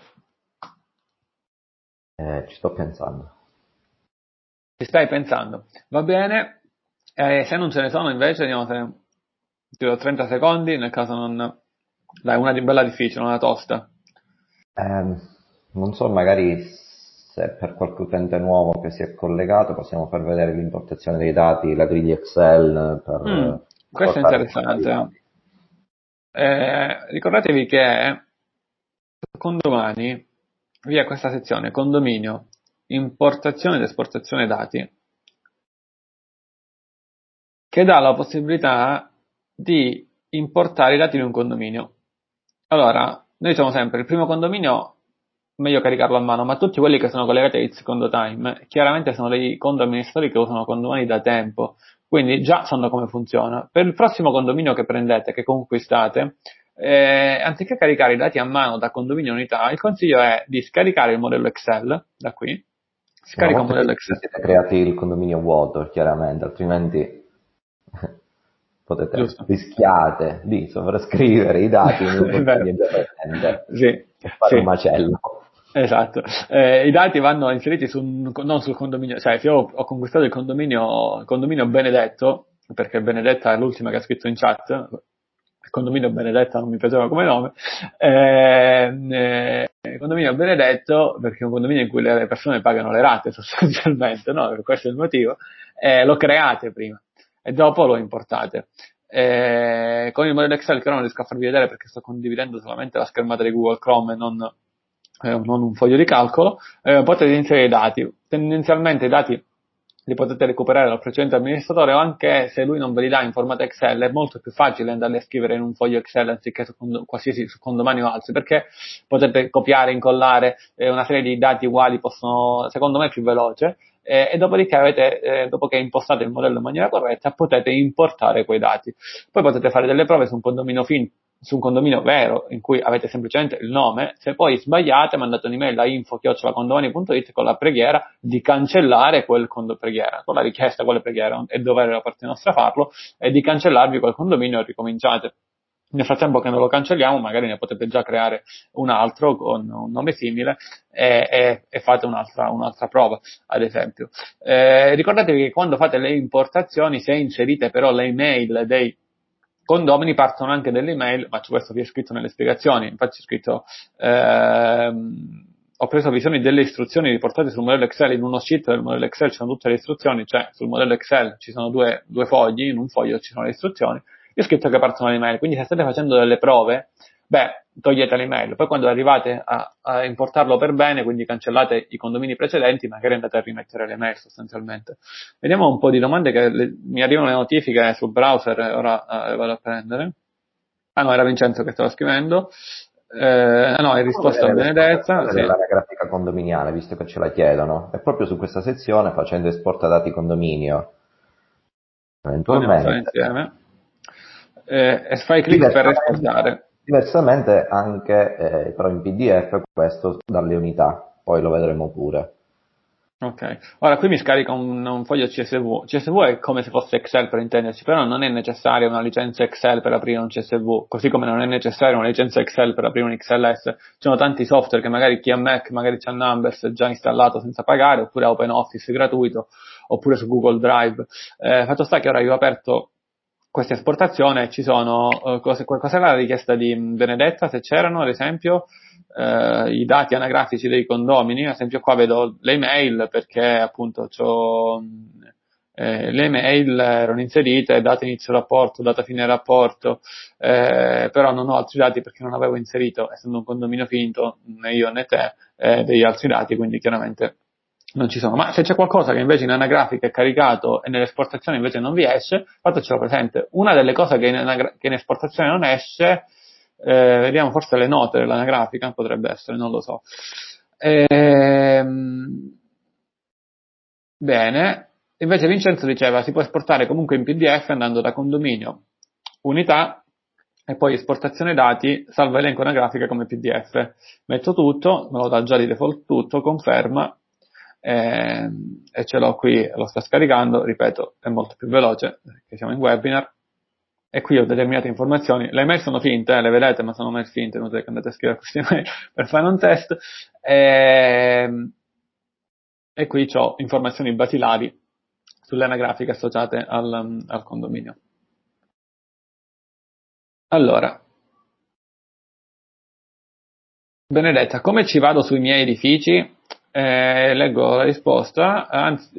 Ci sto pensando. Ci stai pensando? Va bene. Se non ce ne sono invece, vediamo se ti do 30 secondi, nel caso non... Dai, una di bella difficile, una tosta. Non so, magari se per qualche utente nuovo che si è collegato possiamo far vedere l'importazione dei dati, la griglia Excel per questo è interessante. Ricordatevi che condomani vi è questa sezione condominio, importazione ed esportazione dati, che dà la possibilità di importare i dati di un condominio. Allora, noi diciamo sempre, il primo condominio meglio caricarlo a mano, ma tutti quelli che sono collegati a It's Condo Time, chiaramente sono dei condo amministratori che usano condomini da tempo, quindi già sanno come funziona. Per il prossimo condominio che prendete, che conquistate, anziché caricare i dati a mano da condominio unità, il consiglio è di scaricare il modello Excel, da qui, scarica un modello Excel. Siete creati il condominio vuoto, chiaramente, altrimenti rischiate di sovrascrivere i dati in un condominio indipendente e fare un macello. Esatto, i dati vanno inseriti non sul condominio, cioè io ho conquistato il condominio Benedetto, perché Benedetta è l'ultima che ha scritto in chat, il condominio Benedetta non mi piaceva come nome, il condominio Benedetto perché è un condominio in cui le persone pagano le rate sostanzialmente, no? Questo è il motivo, lo create prima e dopo lo importate. Con il modello Excel che ora non riesco a farvi vedere perché sto condividendo solamente la schermata di Google Chrome e non un foglio di calcolo, potete inserire i dati. Tendenzialmente i dati li potete recuperare dal precedente amministratore, o anche se lui non ve li dà in formato Excel è molto più facile andarli a scrivere in un foglio Excel anziché su condomani o altri, perché potete copiare, incollare una serie di dati uguali, secondo me è più veloce, e dopodiché dopo che impostate il modello in maniera corretta potete importare quei dati. Poi potete fare delle prove su un condominio vero in cui avete semplicemente il nome. Se poi sbagliate mandate un'email a info@condomani.it con la preghiera di cancellare quel preghiera, con la richiesta quale preghiera, è dovere da parte nostra farlo, e di cancellarvi quel condominio e ricominciate. Nel frattempo che non lo cancelliamo magari ne potete già creare un altro con un nome simile e fate un'altra prova, ad esempio. Ricordatevi che quando fate le importazioni, se inserite però le email dei condomini, partono anche delle email, ma questo vi è scritto nelle spiegazioni, infatti c'è scritto ho preso visioni delle istruzioni riportate sul modello Excel. In uno sheet del modello Excel ci sono tutte le istruzioni, cioè sul modello Excel ci sono due fogli, in un foglio ci sono le istruzioni, è scritto che partono le email, quindi se state facendo delle prove, togliete l'email, poi quando arrivate a importarlo per bene, quindi cancellate i condomini precedenti, magari andate a rimettere le mail sostanzialmente. Vediamo un po' di domande che mi arrivano le notifiche sul browser, ora le vado a prendere. No, era Vincenzo che stava scrivendo. No, hai risposto a Benedetta. Sì. La grafica condominiale, visto che ce la chiedono, è proprio su questa sezione, facendo esporta dati condominio. Eventualmente. e fai clic per esportare. Diversamente anche però in PDF questo dalle unità, poi lo vedremo pure. Ok, ora qui mi scarica un foglio CSV. CSV è come se fosse Excel per intenderci, però non è necessaria una licenza Excel per aprire un CSV, così come non è necessaria una licenza Excel per aprire un XLS. Ci sono tanti software che magari chi ha Mac, magari c'ha Numbers già installato senza pagare, oppure ha OpenOffice gratuito, oppure su Google Drive. Fatto sta che ora io ho aperto questa esportazione, ci sono cos'era la richiesta di Benedetta, se c'erano ad esempio i dati anagrafici dei condomini, ad esempio qua vedo le email perché appunto le email erano inserite, data inizio rapporto, data fine rapporto, però non ho altri dati perché non avevo inserito, essendo un condominio finto, né io né te, degli altri dati, quindi chiaramente non ci sono. Ma se c'è qualcosa che invece in anagrafica è caricato e nell'esportazione invece non vi esce, fatecelo presente. Una delle cose che in esportazione non esce, vediamo forse le note dell'anagrafica, potrebbe essere, non lo so. Bene, invece Vincenzo diceva si può esportare comunque in PDF andando da condominio, unità, e poi esportazione dati, salva elenco anagrafica come PDF. Metto tutto, me lo dà già di default tutto, conferma, e ce l'ho qui, lo sta scaricando, ripeto, è molto più veloce perché siamo in webinar. E qui ho determinate informazioni, le mail sono finte, le vedete, ma sono mail finte, non che andate a scrivere queste mail per fare un test, e qui ho informazioni basilari sulle anagrafiche associate al condominio. Allora, Benedetta, come ci vado sui miei edifici? Leggo la risposta, anzi,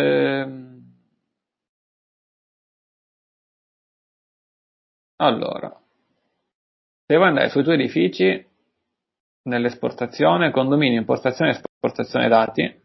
allora, devo andare sui tuoi edifici, nell'esportazione, condominio, importazione e esportazione dati,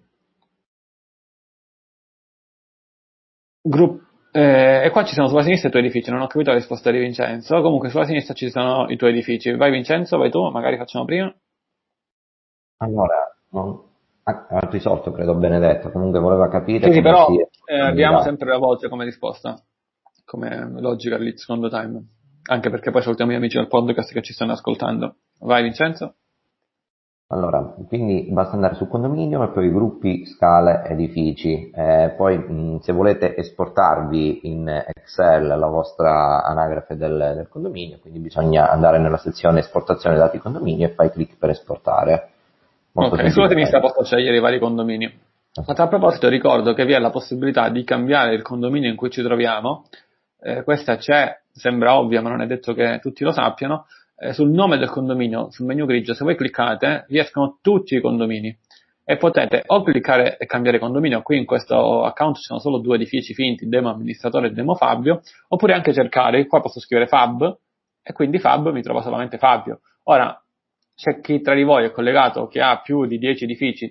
e qua ci sono sulla sinistra i tuoi edifici, non ho capito la risposta di Vincenzo, comunque sulla sinistra ci sono i tuoi edifici, vai Vincenzo, vai tu, magari facciamo prima. Allora, ha risolto, credo, Benedetto, comunque voleva capire Sì, come però si abbiamo sempre la voce come risposta, come logica del secondo time, anche perché poi salutiamo gli amici del podcast che ci stanno ascoltando. Vai Vincenzo. Allora, quindi basta andare sul condominio e poi gruppi, scale, edifici. Poi se volete esportarvi in Excel la vostra anagrafe del condominio, quindi bisogna andare nella sezione esportazione dati condominio e fai clic per esportare. Molto Ok, sulla sinistra semplicemente. posso scegliere i vari condomini. A tal proposito ricordo che vi è la possibilità di cambiare il condominio in cui ci troviamo, questa c'è, sembra ovvia ma non è detto che tutti lo sappiano, sul nome del condominio, sul menu grigio, se voi cliccate vi escono tutti i condomini e potete o cliccare e cambiare condominio, qui in questo account ci sono solo 2 edifici finti, Demo Amministratore e Demo Fabio, oppure anche cercare, qua posso scrivere Fab e quindi Fab mi trova solamente Fabio. Ora, c'è chi tra di voi è collegato che ha più di 10 edifici,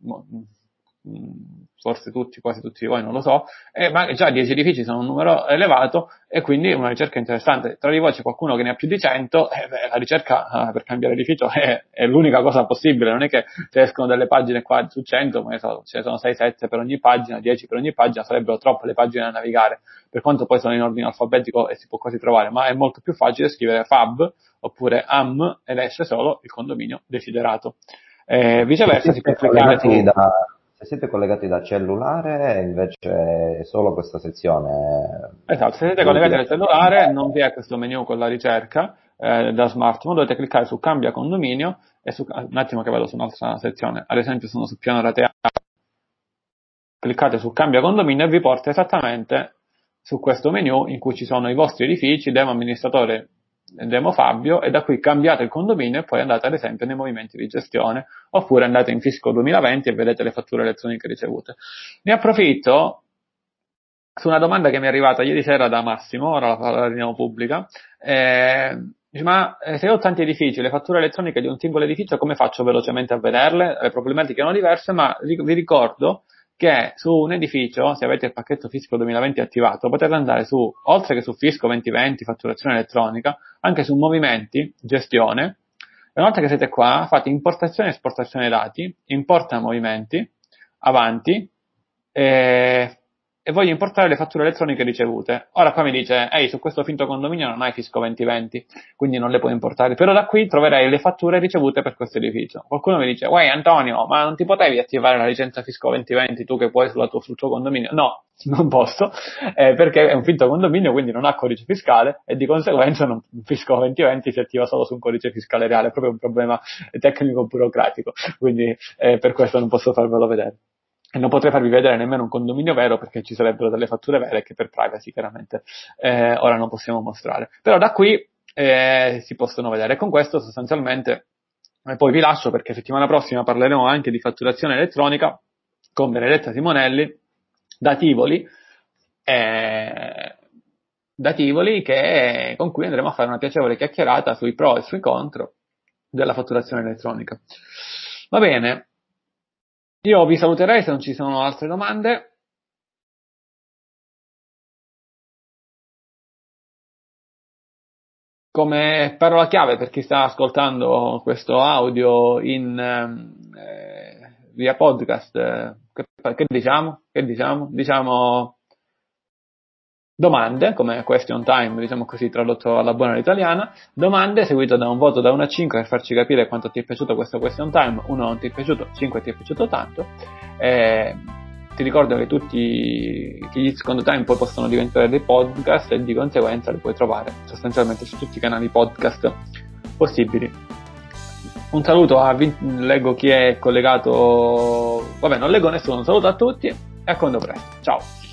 forse tutti, quasi tutti di voi, non lo so, ma già 10 edifici sono un numero elevato e quindi una ricerca interessante. Tra di voi c'è qualcuno che ne ha più di 100, la ricerca per cambiare edificio è l'unica cosa possibile, non è che se escono delle pagine qua su 100, ma so, ce ne sono 6-7 per ogni pagina, 10 per ogni pagina, sarebbero troppe le pagine da navigare, per quanto poi sono in ordine alfabetico e si può quasi trovare, ma è molto più facile scrivere Fab oppure AM ed esce solo il condominio desiderato. Viceversa si può cliccare su... Se siete collegati da cellulare, invece è solo questa sezione. Esatto, se siete collegati al cellulare non vi è questo menu con la ricerca da smartphone, dovete cliccare su cambia condominio e un attimo che vado su un'altra sezione, ad esempio sono su piano rateale, cliccate su cambia condominio e vi porta esattamente su questo menu in cui ci sono i vostri edifici, Demo Amministratore Demo Fabio, e da qui cambiate il condominio e poi andate ad esempio nei movimenti di gestione, oppure andate in Fisco 2020 e vedete le fatture elettroniche ricevute. Ne approfitto su una domanda che mi è arrivata ieri sera da Massimo, ora la rendiamo pubblica, dice, ma se io ho tanti edifici, le fatture elettroniche di un singolo edificio come faccio velocemente a vederle? Le problematiche erano diverse, ma vi ricordo che su un edificio, se avete il pacchetto Fisco 2020 attivato, potete andare su, oltre che su Fisco 2020, fatturazione elettronica, anche su movimenti, gestione, e una volta che siete qua, fate importazione e esportazione dati, importa movimenti, avanti, e voglio importare le fatture elettroniche ricevute. Ora qua mi dice, ehi, su questo finto condominio non hai fisco 2020, quindi non le puoi importare, però da qui troverai le fatture ricevute per questo edificio. Qualcuno mi dice, uè Antonio, ma non ti potevi attivare la licenza fisco 2020 tu che puoi sul tuo condominio? No, non posso, perché è un finto condominio, quindi non ha codice fiscale e di conseguenza il fisco 2020 si attiva solo su un codice fiscale reale, è proprio un problema tecnico-burocratico, quindi per questo non posso farvelo vedere. E non potrei farvi vedere nemmeno un condominio vero perché ci sarebbero delle fatture vere che per privacy chiaramente ora non possiamo mostrare. Però da qui si possono vedere. E con questo sostanzialmente poi vi lascio perché settimana prossima parleremo anche di fatturazione elettronica con Benedetta Simonelli da Tivoli, con cui andremo a fare una piacevole chiacchierata sui pro e sui contro della fatturazione elettronica. Va bene. Io vi saluterei se non ci sono altre domande. Come parola chiave per chi sta ascoltando questo audio in via podcast, che diciamo? Diciamo domande, come question time, diciamo così, tradotto alla buona italiana. Domande seguito da un voto da 1 a 5 per farci capire quanto ti è piaciuto questo question time. 1 non ti è piaciuto, 5 ti è piaciuto tanto. Ti ricordo che tutti gli secondo time poi possono diventare dei podcast e di conseguenza li puoi trovare sostanzialmente su tutti i canali podcast possibili. Un saluto leggo chi è collegato, vabbè non leggo nessuno, un saluto a tutti e a quando presto, ciao!